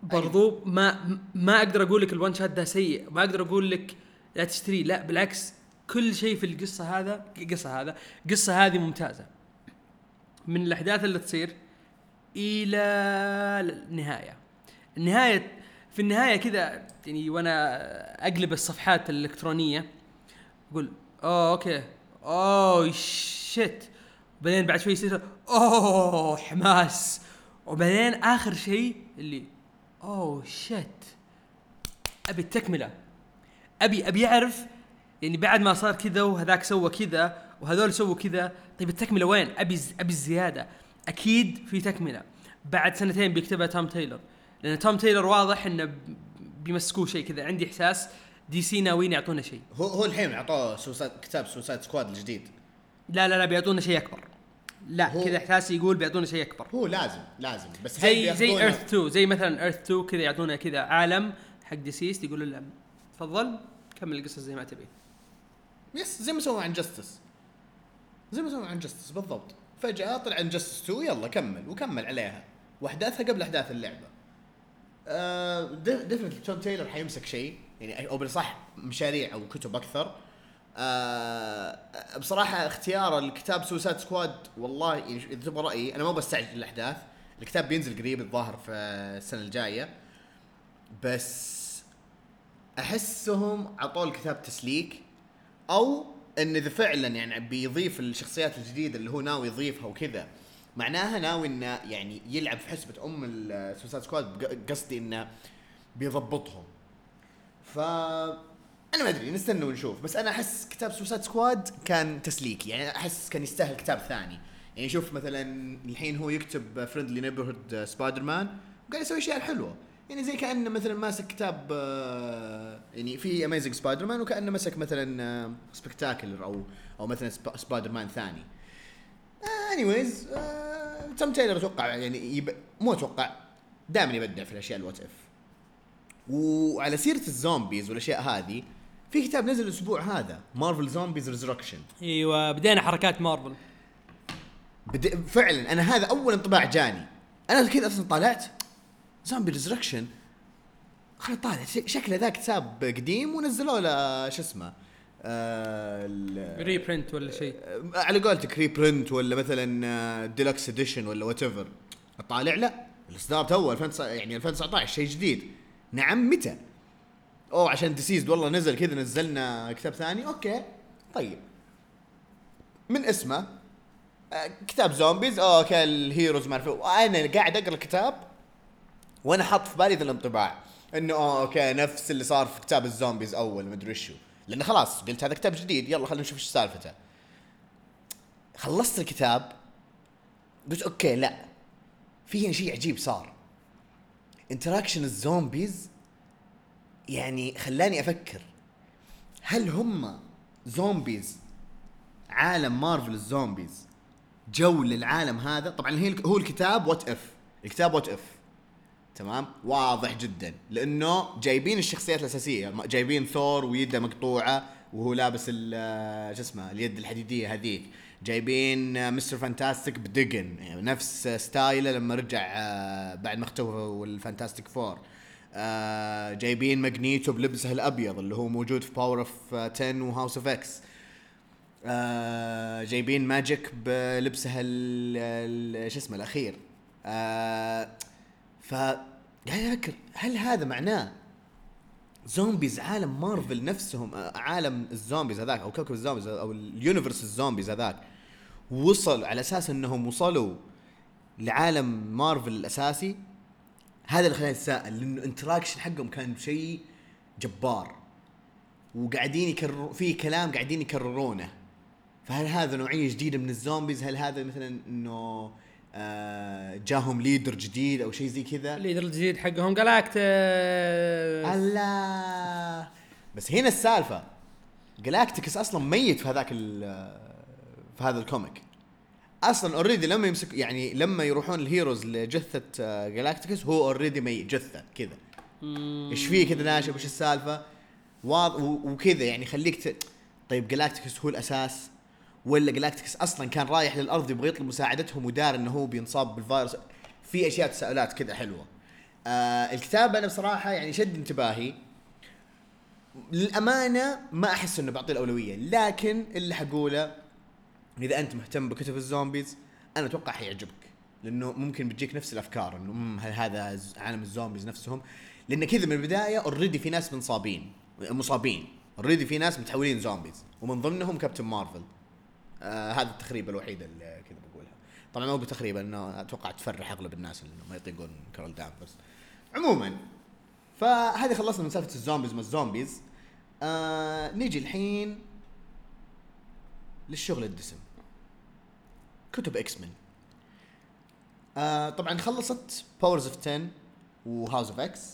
برضو ما ما اقدر اقول لك الوان شات ده سيء، ما اقدر اقول لك لا تشتري، لا بالعكس، كل شيء في القصه هذا قصه هذا قصه هذه ممتازه من الاحداث اللي تصير الى النهايه. النهايه في النهايه كذا يعني وانا اقلب الصفحات الالكترونيه اقول اوه اوكي اوه شيت، بعدين بعد شوي يصير اوه حماس، وبعدين اخر شيء اللي اوه شيت ابي التكمله، ابي ابي اعرف يعني بعد ما صار كذا وهذاك سوى كذا وهذول سووا كذا، طيب التكمله وين؟ ابي ابي الزياده، اكيد في تكمله. بعد سنتين بيكتبها توم تايلر، لان توم تايلر واضح انه بيمسكوه شيء كذا، عندي احساس دي سي ناويين يعطونا شيء. هو هو الحين عطوه سوسايد كتاب سوسايد سكواد الجديد. لا لا لا بيعطونا شيء اكبر، لا كذا احساسي يقول بيعطونا شيء اكبر. هو لازم لازم بس زي زي ايرث اثنين، زي مثلا ايرث اثنين كذا يعطونا كذا عالم حق ديسيست، يقولوا له تفضل كمل القصه زي ما تبي. يس زي ما سووا عن جاستس، زي ما سووا عن جاستس بالضبط. فجأة طلع عن جاستس اثنين يلا كمل وكمل عليها واحداثها قبل احداث اللعبه. أه ديفنتلي توم تايلر حيمسك شيء يعني، او بالصح مشاريع او كتب اكثر. أه بصراحه اختيار الكتاب سوسايد سكواد والله يعني اذا تبغى رايي انا ما بستعجل الاحداث، الكتاب بينزل قريب الظاهر في السنه الجايه، بس احسهم عطوا الكتاب تسليك، او ان اذا فعلا يعني بيضيف الشخصيات الجديده اللي هو ناوي يضيفها وكذا، معناها ناوي انه يعني يلعب في حسبه ام السوسايد سكواد، قصدي انه بيضبطهم. ف انا ما ادري نستنى ونشوف، بس انا احس كتاب سوسايد سكواد كان تسليك، يعني احس كان يستاهل كتاب ثاني. يعني شوف مثلا الحين هو يكتب فريندلي نيبرهود سبايدر مان وقاعد يسوي اشياء حلوه، يعني زي كأنه مثلا ماسك كتاب يعني في اميزنج سبايدر مان وكأنه مسك مثلا سبكتاكلر او او مثلا سبايدر مان ثاني. انيويز توم تايلر اتوقع يعني يب... مو اتوقع دائما يبدع في الاشياء الوات اف. وعلى سيره الزومبيز والاشياء هذه، في كتاب نزل الاسبوع هذا مارفل زومبيز ريزركشن. ايوه بدينا حركات مارفل بد... فعلا انا هذا اول انطباع جاني، انا كذا اصلا طالعت زومبي ريزركشن خلي طالع شكله ذا كتاب قديم ونزلوا له شو اسمه آه ريبرنت ولا شيء على قولتك ريبرنت ولا مثلا ديلكس اديشن ولا وات ايفر. طالع لا الاصدار تو يعني ألفين وتسعة عشر شيء جديد. نعم متى؟ اوه عشان ديسيزد والله نزل كذا نزلنا كتاب ثاني. اوكي طيب من اسمه آه كتاب زومبيز اوكي الهيروز ما اعرف. انا قاعد اقرا الكتاب وانا حاط في بالي ذا الانطباع انه اه اوكي نفس اللي صار في كتاب الزومبيز اول ما ادري شو، لان خلاص قلت هذا كتاب جديد يلا خلينا نشوف ايش سالفته. خلصت الكتاب قلت اوكي لا في هنا شيء عجيب صار. انتراكشن الزومبيز يعني خلاني افكر هل هم زومبيز عالم مارفل الزومبيز جو للعالم هذا. طبعا هي هو الكتاب وات اف، الكتاب وات اف تمام واضح جدا لانه جايبين الشخصيات الاساسيه، جايبين ثور ويده مقطوعه وهو لابس ال شو اسمه اليد الحديديه هذيك، جايبين مستر فانتاستيك بدقن يعني نفس ستايله لما رجع بعد ما اختفوا الفانتاستيك فور، جايبين ماجنيتو بلبسه الابيض اللي هو موجود في باور اوف عشرة وهاوس اوف اكس، جايبين ماجيك بلبسها شو اسمه الاخير. فقاعد أفكر هل هذا معناه زومبيز عالم مارفل نفسهم عالم الزومبيز هذاك أو كوكب الزومبيز أو اليونيفرس الزومبيز هذاك وصل على أساس أنهم وصلوا لعالم مارفل الأساسي. هذا اللي خلاني أتساءل لأنه انتراكشن حقهم كان شيء جبار وقاعدين يكرروا فيه كلام قاعدين يكررونه. فهل هذا نوعية جديدة من الزومبيز؟ هل هذا مثلا أنه آه جاهم ليدر جديد او شيء زي كذا؟ ليدر الجديد حقهم جالاكتس. الله بس هنا السالفه جالاكتيكس اصلا ميت في هذاك في هذا الكوميك اصلا اوريدي. لما يمسك يعني لما يروحون الهيروز لجثه جالاكتيكس هو اوريدي ميت جثه كذا. ايش فيه كذا ناشف وش السالفه واضح وكذا يعني خليك ت... طيب جالاكتيكس هو الاساس ولا جالاكتيكس اصلا كان رايح للارض يبغى يطلب مساعدتهم ودار انه هو بينصاب بالفيروس؟ في اشياء تساؤلات كذا حلوه. آه الكتاب انا بصراحه يعني شد انتباهي للامانه، ما احس انه بعطيه الاولويه، لكن اللي حقوله اذا انت مهتم بكتب الزومبيز انا اتوقع حيعجبك، لانه ممكن بتجيك نفس الافكار انه مم هل هذا عالم الزومبيز نفسهم، لان كذا من البدايه اوريدي في ناس مصابين مصابين اوريدي في ناس متحولين زومبيز، ومن ضمنهم كابتن مارفل. آه هذا التخريب الوحيد اللي كذا بقولها. طبعا ما اقول تخريبا، انه اتوقع تفرح اغلب الناس انه ما يطيقون كارول دانفرز. عموما فهذه خلصنا من سالفه الزومبيز ما الزومبيز. آه نيجي الحين للشغل الدسم، كتب اكس مان. آه طبعا خلصت باورز اوف عشرة وهاوس اوف اكس.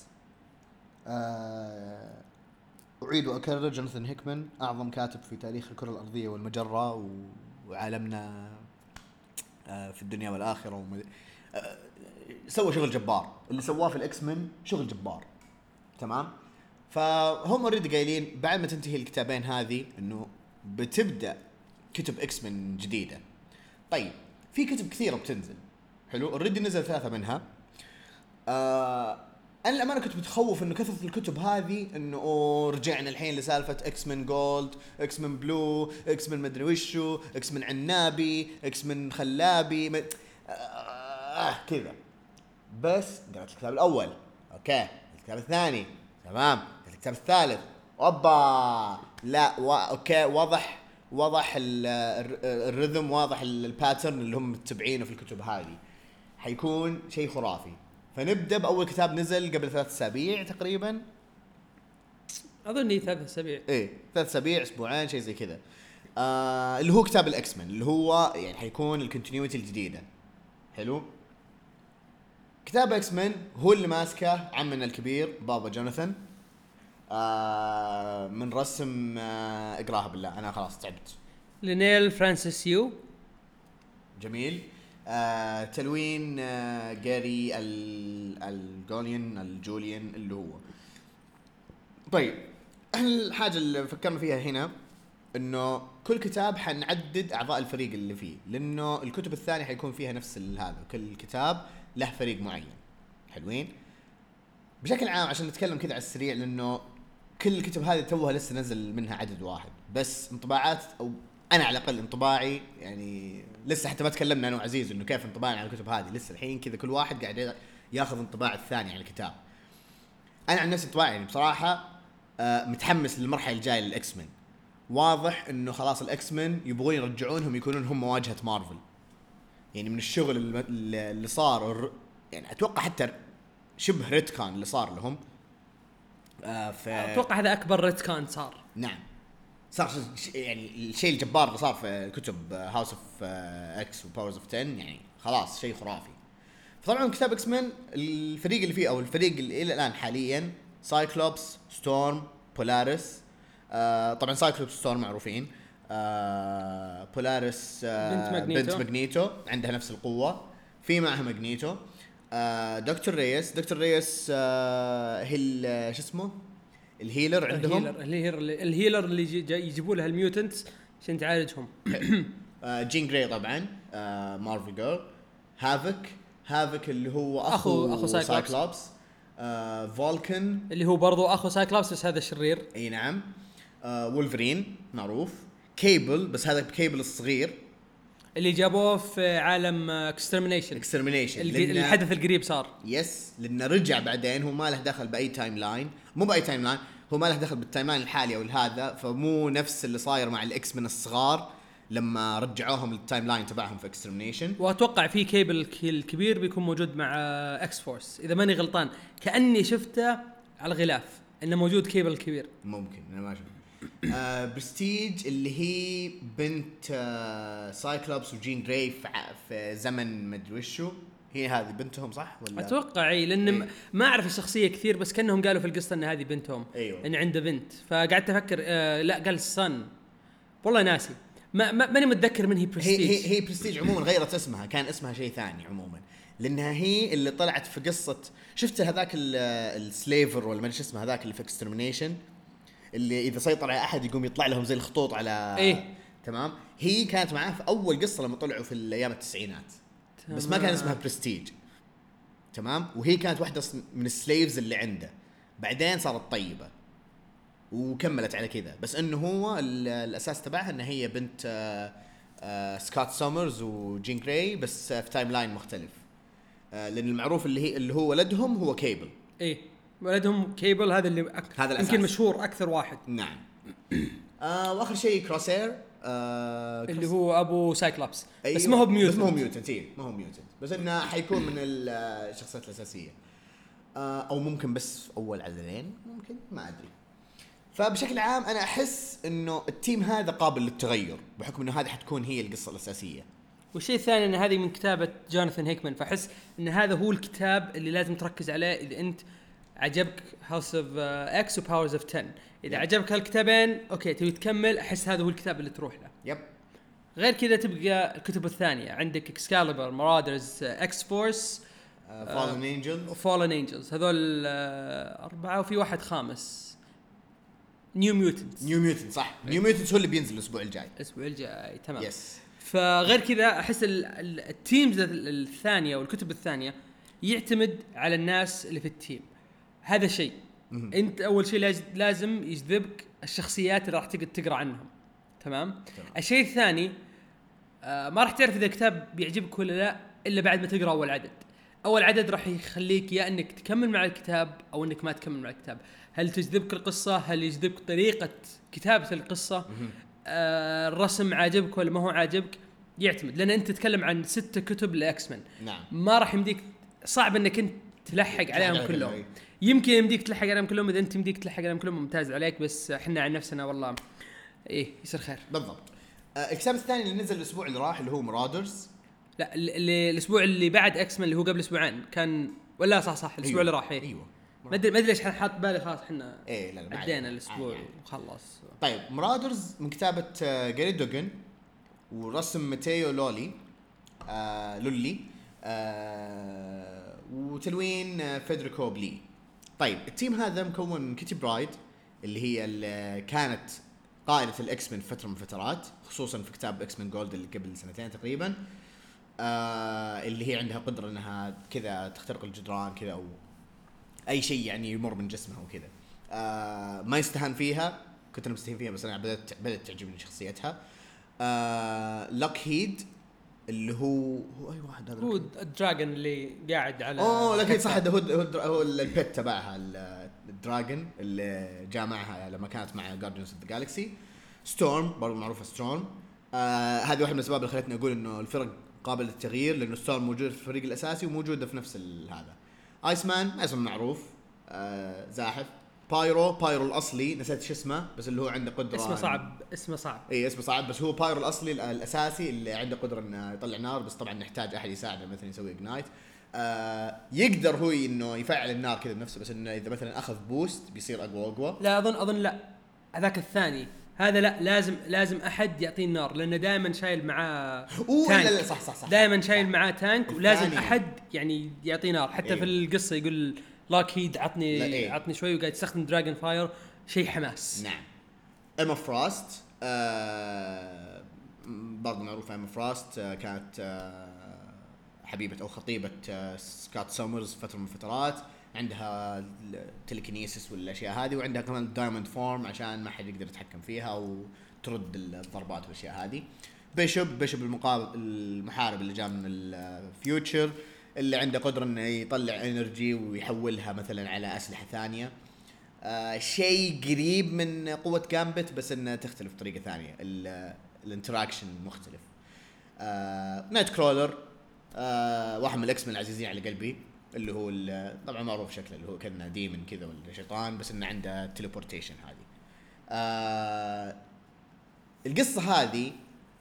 آه اعيد واكرر، جوناثان هيكمان اعظم كاتب في تاريخ الكره الارضيه والمجره وعالمنا آه في الدنيا والاخره، وم... آه سوى شغل جبار، اللي سواه في الاكس مان شغل جبار. تمام. فهم اوريدي قايلين بعد ما تنتهي الكتابين هذه انه بتبدا كتب اكس مان جديده. طيب في كتب كثيره بتنزل، حلو، اوريدي نزل ثلاثه منها. آه انا الامانه كنت متخوف انه كثره الكتب هذه انه أوه رجعنا الحين لسالفه اكس مان جولد، اكس مان بلو، اكس مان مدري وشو، اكس مان عنابي، اكس مان خلابي، م... آه كذا. بس قرأت الكتاب الاول، اوكي، الكتاب الثاني تمام، الكتاب الثالث اوبا لا و... اوكي واضح واضح الرhythm، واضح الباترن اللي هم متبعينه في الكتب هذه، حيكون شيء خرافي. فنبدأ بأول كتاب نزل قبل ثلاث أسابيع تقريبا، أظني ثلاث أسابيع إيه ثلاث أسابيع أسبوعين شيء زي كذا. آه اللي هو كتاب الإكس مان، اللي هو يعني حيكون الكونتينيوتي الجديدة. حلو. كتاب إكس مان هو اللي ماسكه عمنا الكبير بابا جوناثان، آه من رسم آه اقراها بالله انا خلاص تعبت، لينيل فرانسيس يو. جميل. آه تلوين آه جاري الجوليان الجوليان اللي هو. طيب احنا الحاجه اللي فكرنا فيها هنا انه كل كتاب حنعدد اعضاء الفريق اللي فيه، لانه الكتب الثانيه حيكون فيها نفس هذا، كل كتاب له فريق معين. حلوين. بشكل عام عشان نتكلم كذا على السريع، لانه كل الكتب هذه توها لسه نزل منها عدد واحد بس، انطباعات او انا على الاقل انطباعي يعني لسه حتى ما تكلمنا انا وعزيز انه كيف انطباعنا على الكتب هذه، لسه الحين كذا كل واحد قاعد ياخذ انطباع الثاني عن الكتاب. انا عن نفسي انطباعي يعني بصراحه آه متحمس للمرحله الجايه للاكس مان. واضح انه خلاص الاكس مان يبغون يرجعونهم يكونون هم واجهه مارفل، يعني من الشغل اللي صار يعني اتوقع حتى شبه ريتكان اللي صار لهم. آه اتوقع هذا اكبر ريتكان صار. نعم صار يعني الشيء الجبار اللي صار في كتب هاوس اوف اكس وباورز اوف عشرة، يعني خلاص شيء خرافي. فطبعا كتاب اكس مان الفريق اللي فيه او الفريق اللي الى الان حاليا سايكلوبس، ستورم، بولاريس. آه طبعا سايكلوبس ستورم معروفين. آه بولاريس آه بنت ماغنيتو. بنت ماغنيتو عندها نفس القوه، في معها ماغنيتو. آه دكتور ريس دكتور ريس آه هي شو اسمه الهيلر عندهم، الهيلر الهيلر, الهيلر اللي يجيبوا لها الميوتنتس عشان تعالجهم. آه جين جراي طبعا آه مارفل جيرل. هافك هافك اللي هو اخو اخو, أخو سايكلوبس, سايكلوبس. آه فولكن اللي هو برضو اخو سايكلوبس بس هذا شرير. اي نعم. آه وولفرين معروف. كيبل بس هذا كيبل الصغير اللي جابوه في عالم اكسترمينيشن اكسترمينيشن الحدث القريب صار. يس لانه رجع بعدين، هو ما له دخل باي تايم لاين، مو باي تايم لاين، هو ما له دخل بالتايم لاين الحالي او هذا، فمو نفس اللي صاير مع الاكس من الصغار لما رجعوهم للتايم لاين تبعهم في اكسترمينيشن. واتوقع في كيبل الكبير بيكون موجود مع اكس فورس اذا ماني غلطان، كاني شفته على الغلاف انه موجود كيبل كبير. ممكن انا ما شفت. آه برستيج اللي هي بنت آه سايكلوبس وجين جراي في زمن مدري وشو، هي هذه بنتهم صح ولا؟ اتوقع اي لان إيه؟ ما اعرف الشخصيه كثير بس كانهم قالوا في القصه ان هذه بنتهم. أيوة. ان عنده بنت، فقعدت افكر آه لا قال الصن، والله ناسي ما ماني متذكر من هي برستيج. هي هي, هي برستيج عموما غيرت اسمها، كان اسمها شيء ثاني عموما، لانها هي اللي طلعت في قصه شفت هذاك السليفر ولا ما ادري اسمه هذاك اللي في اكسترمينيشن اللي اذا سيطر على احد يقوم يطلع لهم زي الخطوط على إيه؟ تمام. هي كانت معاه في اول قصه لما طلعوا في الايام التسعينات، بس ما كان اسمها برستيج. تمام. وهي كانت واحده من السليفز اللي عنده، بعدين صارت طيبه وكملت على كذا. بس انه هو الاساس تبعها ان هي بنت آآ آآ سكوت سومرز وجين جراي، بس في تايم لاين مختلف. لان المعروف اللي هي اللي هو ولدهم هو كيبل. ايه ولدهم كيبل، هذا اللي أك... هذا الأساس. يمكن مشهور اكثر واحد. نعم. آه واخر شيء كروسير آه اللي هو ابو سايكلوبس. أيوة. بس ما هو ميوتنت. بس ما هو ميوتنت إيه ما هو ميوتنت، بس انه حيكون من الشخصيات الاساسيه. آه او ممكن بس اول عددين، ممكن ما ادري. فبشكل عام انا احس انه التيم هذا قابل للتغير بحكم انه هذه حتكون هي القصه الاساسيه. والشيء الثاني ان هذه من كتابه جوناثان هيكمان، فاحس ان هذا هو الكتاب اللي لازم تركز عليه اذا انت عجبك هاوس اوف اكس وباورز اوف عشرة. اذا يب. عجبك هالكتابين اوكي تبي تكمل، احس هذا هو الكتاب اللي تروح له. يب. غير كذا تبقى الكتب الثانيه عندك اكسكاليبر، مرادرز، اكس فورس، فالن انجلز وفالن انجلز، هذول آه اربعه، وفي واحد خامس نيو ميوتنتس. نيو ميوتنت صح. نيو ميوتنت هو اللي بينزل الاسبوع الجاي. الاسبوع الجاي تمام. يس. فغير كذا احس ال- ال- التيمز الثانيه والكتب الثانيه يعتمد على الناس اللي في التيم. هذا شيء انت اول شيء لاز- لازم يجذبك الشخصيات اللي راح تقدر تقرا عنهم. تمام, تمام. الشيء الثاني آه ما راح تعرف اذا الكتاب بيعجبك ولا لا الا بعد ما تقرا اول عدد. اول عدد راح يخليك يا انك تكمل مع الكتاب او انك ما تكمل مع الكتاب. هل تجذبك القصه؟ هل يجذبك طريقه كتابه القصه؟ آه الرسم عاجبك ولا ما هو عاجبك؟ يعتمد، لان انت تتكلم عن ستة كتب لاكس مان. نعم. ما راح يمديك، صعب انك انت تلحق عليهم كلهم. يمكن يمديك تلحق عليهم كلهم اذا انت يمديك تلحق عليهم كلهم، ممتاز عليك. بس احنا عن نفسنا والله ايه يصير خير. بالضبط. آه الكتاب الثاني اللي نزل الاسبوع اللي راح اللي هو مرادرز. لا اللي الاسبوع اللي بعد اكس مان اللي هو قبل اسبوعين كان، ولا صح صح الاسبوع أيوة. اللي راح. ايه ايوه ما ادري ما ادري ليش حاط بالي خلاص احنا ايه لا لا عدينا الاسبوع وخلص. طيب مرادرز من كتابه آه جاري دوغن ورسم ماتيو لولي آه لولي آه وتلوين آه فيدريكو بلي. طيب التيم هذا مكون من كيتي برايد اللي هي اللي كانت قائدة الإكس من فترة من فترات، خصوصا في كتاب إكس من جولد اللي قبل سنتين تقريبا. آه اللي هي عندها قدرة انها كذا تخترق الجدران كذا او اي شيء يعني يمر من جسمها وكذا. آه ما يستهان فيها، كنت انا مستهين فيها بس انا بدأت بدأت تعجبني شخصيتها. آه لوكهيد اللي هو هو اي واحد هذا هو الدراجون اللي قاعد على اوه لكن صح هو هو هو البيت تبعها الدراجون اللي جاء معها لما كانت مع جارديانز اوف ذا جالكسي. ستورم برضو معروفه ستورم. آه هذه واحده من الاسباب اللي خلتني اقول انه الفرق قابله للتغيير، لانه ستورم موجود في الفريق الاساسي وموجوده في نفس هذا. ايس مان اسم معروف آه زاحف. بايرو بايرو الاصلي نسيت شو اسمه بس اللي هو عنده قدره اسمه صعب اسمه صعب اي اسمه صعب بس هو بايرو الاصلي الاساسي اللي عنده قدره انه يطلع نار، بس طبعا نحتاج احد يساعده مثلا يسوي اجنايت. آه يقدر هو انه يفعل النار كذا بنفسه، بس انه اذا مثلا اخذ بوست بيصير اقوى اقوى. لا اظن اظن لا هذاك الثاني هذا لا لازم لازم احد يعطيه النار، لانه دائما شايل معاه تانك. لا لا صح صح صح دائما شايل معاه تانك ولازم الثاني. احد يعني يعطيه نار. حتى إيه. في القصه يقول لاكهيد عطني إيه. عطني شوي، وقاعد يستخدم دراجون فاير، شيء حماس. نعم. ايما فراست آه برضه معروفه. ايما فراست آه كانت آه حبيبه او خطيبه آه سكوت سومرز فتره من فترات، عندها تليكينيسيس والاشياء هذه، وعندها كمان دايموند فورم عشان ما حد يقدر يتحكم فيها وترد الضربات والاشياء هذه. بيشوب بيشوب المقابل المحارب اللي جاء من الفيوتشر اللي عنده قدره انه يطلع انرجي ويحولها مثلا على اسلحه ثانيه. آه شيء قريب من قوه جامبت بس انها تختلف بطريقه ثانيه، الانتراكشن مختلف. آه نايت كرولر آه واحد من الاكس من العزيزين على قلبي، اللي هو طبعا معروف شكله اللي هو كأنه ديمن كذا ولا شيطان، بس انه عنده تيليبورتيشن. هذه آه القصه هذه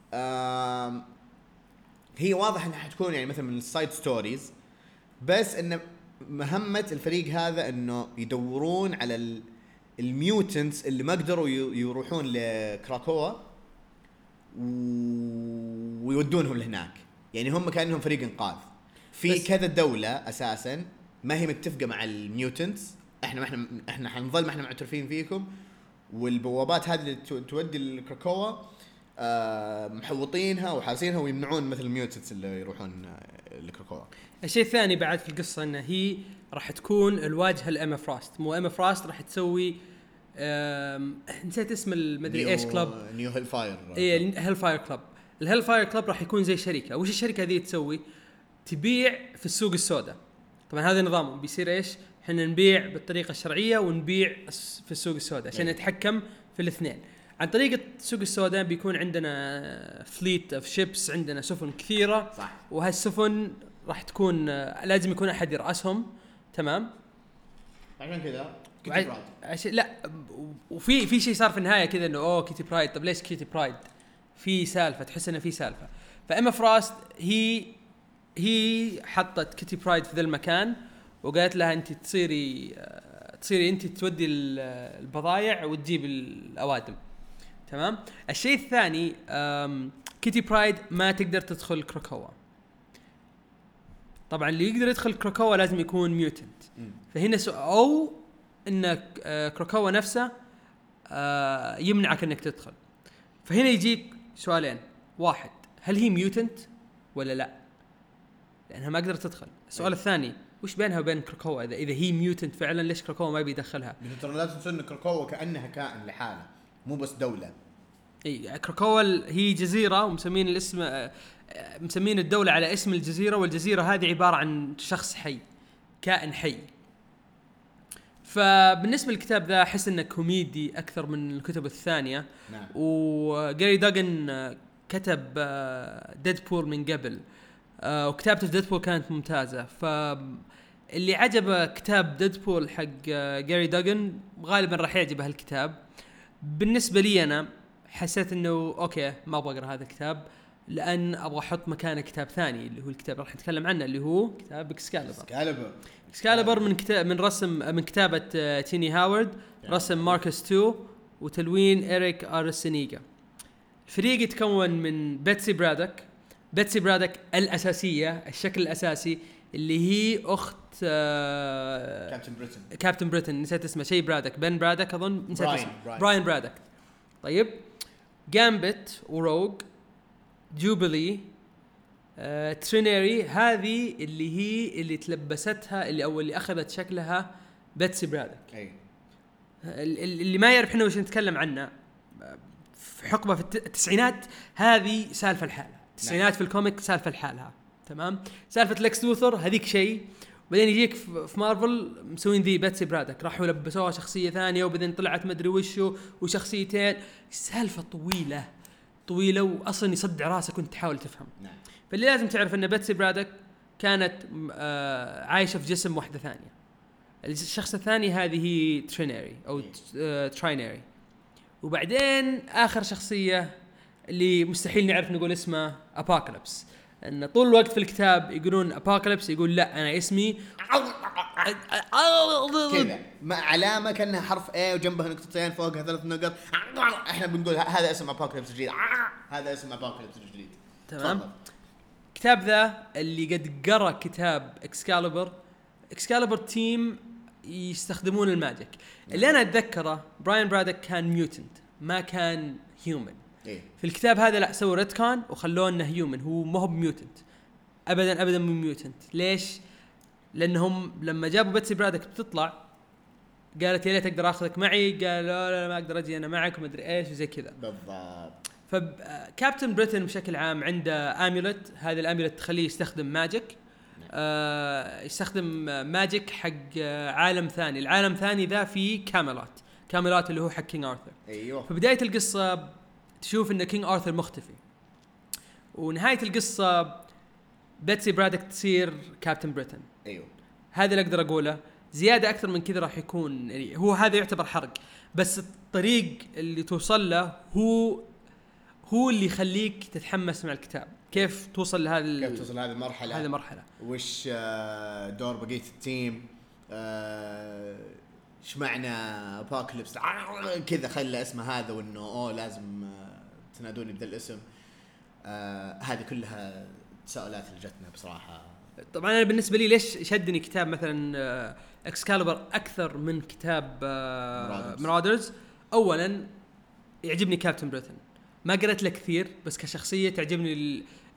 آه هي واضح انها حتكون يعني مثلا من السايد ستوريز، بس ان مهمه الفريق هذا انه يدورون على الميوتنتس اللي ما قدروا يروحون لكراكوا ويودونهم لهناك. يعني هم كانهم فريق انقاذ في كذا دولة أساساً ما هي متفقة مع الميوتنتس. إحنا ما إحنا إحنا حنظل ما إحنا معترفين فيكم، والبوابات هذه اللي تودي الكراكوا آه محوطينها وحارسينها ويمنعون مثل الميوتنتس اللي يروحون لكراكوا. الشيء الثاني بعد في القصة انه هي راح تكون الواجهة الإما فراست، مو إما فراست راح تسوي نسيت اسم المدري ايش كلب، نيو هيل فاير. ايه هيل فاير كلب. الهيل فاير كلب راح يكون زي شركة. وش الشركة هذه تسوي؟ تبيع في السوق السوداء. طبعا هذا نظامه بيصير ايش؟ احنا نبيع بالطريقة الشرعية ونبيع في السوق السوداء عشان نتحكم في الاثنين. عن طريقة السوق السوداء بيكون عندنا فليت اوف شيبس، عندنا سفن كثيرة صح. وهالسفن راح تكون لازم يكون احد يرأسهم. تمام. عشان كذا كيتي وعي... برايد. عش... لا وفي في شيء صار في النهايه كذا انه اوه كيتي برايد. طب ليش كيتي برايد؟ في سالفه، تحس انه في سالفه. فاما فراست هي هي حطت كيتي برايد في ذا المكان وقالت لها انت تصيري تصيري انت تودي البضائع وتجيب الاوادم. تمام. الشيء الثاني كيتي برايد ما تقدر تدخل كراكوا. طبعا اللي يقدر يدخل كراكوا لازم يكون ميوتنت. فهنا سو او انك كراكوا نفسه يمنعك انك تدخل. فهنا يجيك سؤالين، واحد هل هي ميوتنت ولا لا؟ لانها ما قدرت تدخل. السؤال الثاني وش بينها وبين كراكوا؟ اذا اذا هي ميوتنت فعلا ليش كراكوا ما بيدخلها؟ لأنه ترى لازم تنسى ان كراكوا كانها كائن لحاله مو بس دوله. اي كراكوا هي جزيره ومسمين الاسم، مسمين الدوله على اسم الجزيره، والجزيره هذه عباره عن شخص حي، كائن حي. فبالنسبه للكتاب ذا احس انه كوميدي اكثر من الكتب الثانيه. نعم. وجاري دوغن كتب ديدبول من قبل، وكتابته في ديدبول كانت ممتازه. فاللي عجبه كتاب ديدبول حق جاري دوغن غالبا راح يعجبه هالكتاب. بالنسبه لي انا حسيت انه اوكي ما ابغى اقرا هذا الكتاب، لان ابغى احط مكانه كتاب ثاني اللي هو الكتاب اللي راح نتكلم عنه اللي هو كتاب اكسكاليبر. اكسكاليبر اكسكاليبر من كتاب من رسم من كتابه تيني هاورد، رسم ماركوس تو، وتلوين إريك أرسنيغا. الفريق يتكون من بيتسي برادك. بيتسي برادك الأساسية، الشكل الأساسي اللي هي أخت آه كابتن بريتن. كابتن بريتن نسيت اسمه، شيء برادك، بن برادك أظن، نسيت براين. اسمه براين. براين برادك. طيب جامبت وروغ جوبلي آه، ترينيري، هذه اللي هي اللي تلبستها اللي أول اللي أخذت شكلها بيتسي برادك. أي. اللي ما يعرف إحنا وش نتكلم عنه في حقبة في التسعينات هذه سالفة الحالة. التسعينات في الكوميك سالفة الحالة. تمام. سالفة ليكس لوثر هذيك شيء، وبعدين يجيك في مارفل مسوين ذي بيتسي برادك، راحوا لبسوها شخصية ثانية وبعدين طلعت مدري وشو وشخصيتين. سالفة طويلة طويلة وأصلا يصدع راسك وانت تحاول تفهم. نعم. فاللي لازم تعرف ان بيتسي برادك كانت آه عايشة في جسم واحدة ثانية. الشخص الثاني هذه هي ترينيري او آه تراينيري. وبعدين اخر شخصية اللي مستحيل نعرف نقول اسمه ابوكاليبس، ان طول الوقت في الكتاب يقولون ابوكاليبس، يقول لا انا اسمي كذا مع علامة كأنها حرف A وجنبها نقطتين فوقها ثلاث نقط. احنا بنقول هذا اسم ابوكاليبس الجديد، هذا اسم ابوكاليبس الجديد. تمام. كتاب ذا اللي قد قرأ كتاب اكسكاليبر، اكسكاليبر تيم يستخدمون الماجيك. اللي انا اتذكره براين برادك كان ميوتنت ما كان هيومن. إيه؟ في الكتاب هذا لا سووا ريتكون وخلوه انه هيومن، هو ما هو ميوتنت ابدا ابدا مو ميوتنت. ليش؟ لانهم لما جابوا بيتسي برادك بتطلع قالت يا ليت اقدر اخذك معي، قال لا لا ما اقدر اجي انا معك وما ادري ايش وزي كذا بالضبط. فكابتن بريتن بشكل عام عنده اميولت، هذا الاميولت تخليه يستخدم ماجيك. آه يستخدم ماجيك حق عالم ثاني. العالم ثاني ذا فيه كاميلات، كاميلات اللي هو حق كينغ آرثر. ايوه. في بداية القصة تشوف ان كينغ آرثر مختفي، ونهاية القصة بيتسي برادك تصير كابتن بريتن. ايوه. هذا اللي اقدر اقوله. زيادة اكثر من كذا راح يكون يعني هو هذا يعتبر حرق، بس الطريق اللي توصل له هو هو اللي يخليك تتحمس مع الكتاب. كيف توصل لهذا كيف توصل لهذه المرحلة، هذه المرحلة، وش دور بقية التيم، ايش معنى ابوكاليبس كذا خلى اسمه هذا، وانه اوه لازم تنادوني بذا الاسم. هذه كلها تساؤلات اللي جتنا بصراحة. طبعا انا بالنسبة لي ليش شدني كتاب مثلا اكسكاليبر اكثر من كتاب مرادرز؟ اولا يعجبني كابتن بريتن، ما قرأت له كثير بس كشخصية تعجبني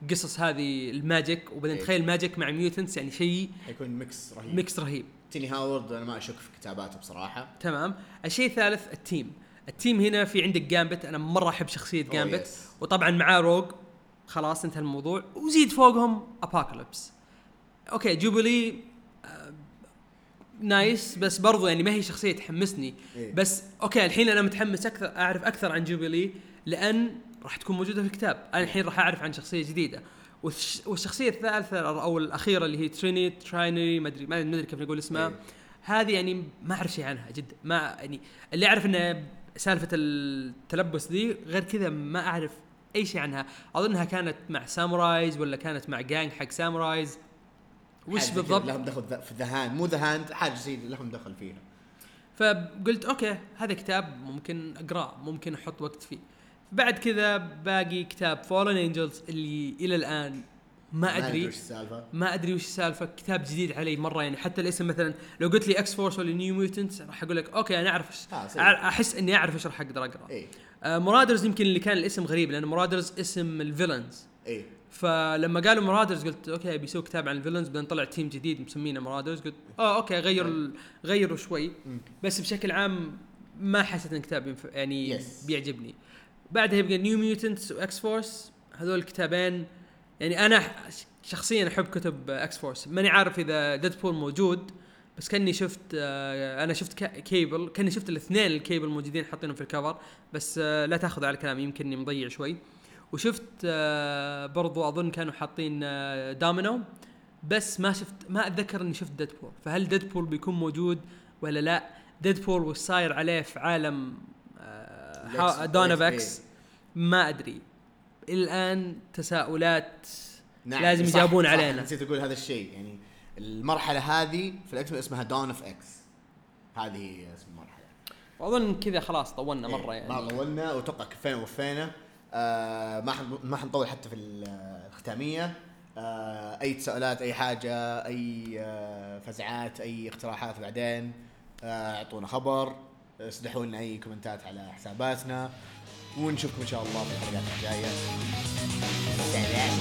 قصص هذه الماجيك، وبعدين إيه. تخيل الماجيك مع ميوتنتس، يعني شيء حيكون ميكس رهيب. ميكس رهيب. تيني هاورد انا ما اشك في كتاباته بصراحه. تمام. الشيء الثالث التيم. التيم هنا في عندك جامبت، انا مره احب شخصيه جامبت، yes. وطبعا معاه روج، خلاص انتهى الموضوع، وزيد فوقهم ابوكاليبس. اوكي جوبلي آه نايس، بس برضو يعني ما هي شخصيه تحمسني. إيه. بس اوكي الحين انا متحمس اكثر اعرف اكثر عن جوبلي، لان راح تكون موجوده في الكتاب. انا الحين راح اعرف عن شخصيه جديده. والشخصيه الثالثه او الاخيره اللي هي تريني تراينري ما ادري ما ادري كيف نقول اسمها. إيه. هذه يعني ما اعرف شيء عنها جدا، ما يعني اللي اعرف انه سالفه التلبس دي، غير كذا ما اعرف اي شيء عنها. اظنها كانت مع سامورايز ولا كانت مع جانج حق سامورايز، وش بالضبط لهم دخل في الذهان، مو ذهان حاجه زي لهم دخل فيها. فقلت اوكي هذا كتاب ممكن اقراه، ممكن احط وقت فيه. بعد كذا باقي كتاب فولن انجلز اللي الى الان ما ادري ما ادري وش السالفه. كتاب جديد علي مره، يعني حتى الاسم مثلا لو قلت لي اكس فورس ولا نيو ميوتنتس راح اقول لك اوكي انا اعرف، احس اني اعرف ايش راح اقدر اقرا. إيه؟ آه مرادرز يمكن اللي كان الاسم غريب، لان مرادرز اسم الفيلنز. إيه؟ فلما قالوا مرادرز قلت اوكي بيسوي كتاب عن الفيلنز، بعدين طلع تيم جديد مسمينه مرادرز، قلت اه اوكي غير غيروا شوي. بس بشكل عام ما حسيت ان الكتاب يعني yes. بيعجبني. بعدها يبقى نيو ميوتنتس واكس فورس، هذول الكتابين يعني انا شخصيا احب كتب اكس فورس. ماني عارف اذا ديدبول موجود، بس كاني شفت آه انا شفت كيبل، كاني شفت الاثنين الكيبل موجودين حاطينهم في الكفر، بس آه لا تاخذ على كلامي يمكن اني مضيع شوي. وشفت آه برضو اظن كانوا حاطين آه دامينو، بس ما شفت ما اتذكر اني شفت ديدبول. فهل ديدبول بيكون موجود ولا لا؟ ديدبول وش صاير عليه في عالم آه دون اوف اكس ما ادري. الان تساؤلات نعم لازم صح يجاوبون صح علينا. نسيت اقول هذا الشيء، يعني المرحله هذه في الاكس اسمها دون اوف اكس، هذه اسم المرحله. اظن كذا خلاص طولنا إيه مره، يعني ما طولنا وتوقع كفينا ووفينا. آه ما حن ما حنطول حتى في الختاميه. آه اي تساؤلات، اي حاجه، اي آه فزعات، اي اقتراحات بعدين اعطونا آه خبر، اسدحوا لنا اي كومنتات على حساباتنا، ونشوفكم ان شاء الله في الحلقات الجايه. سلام.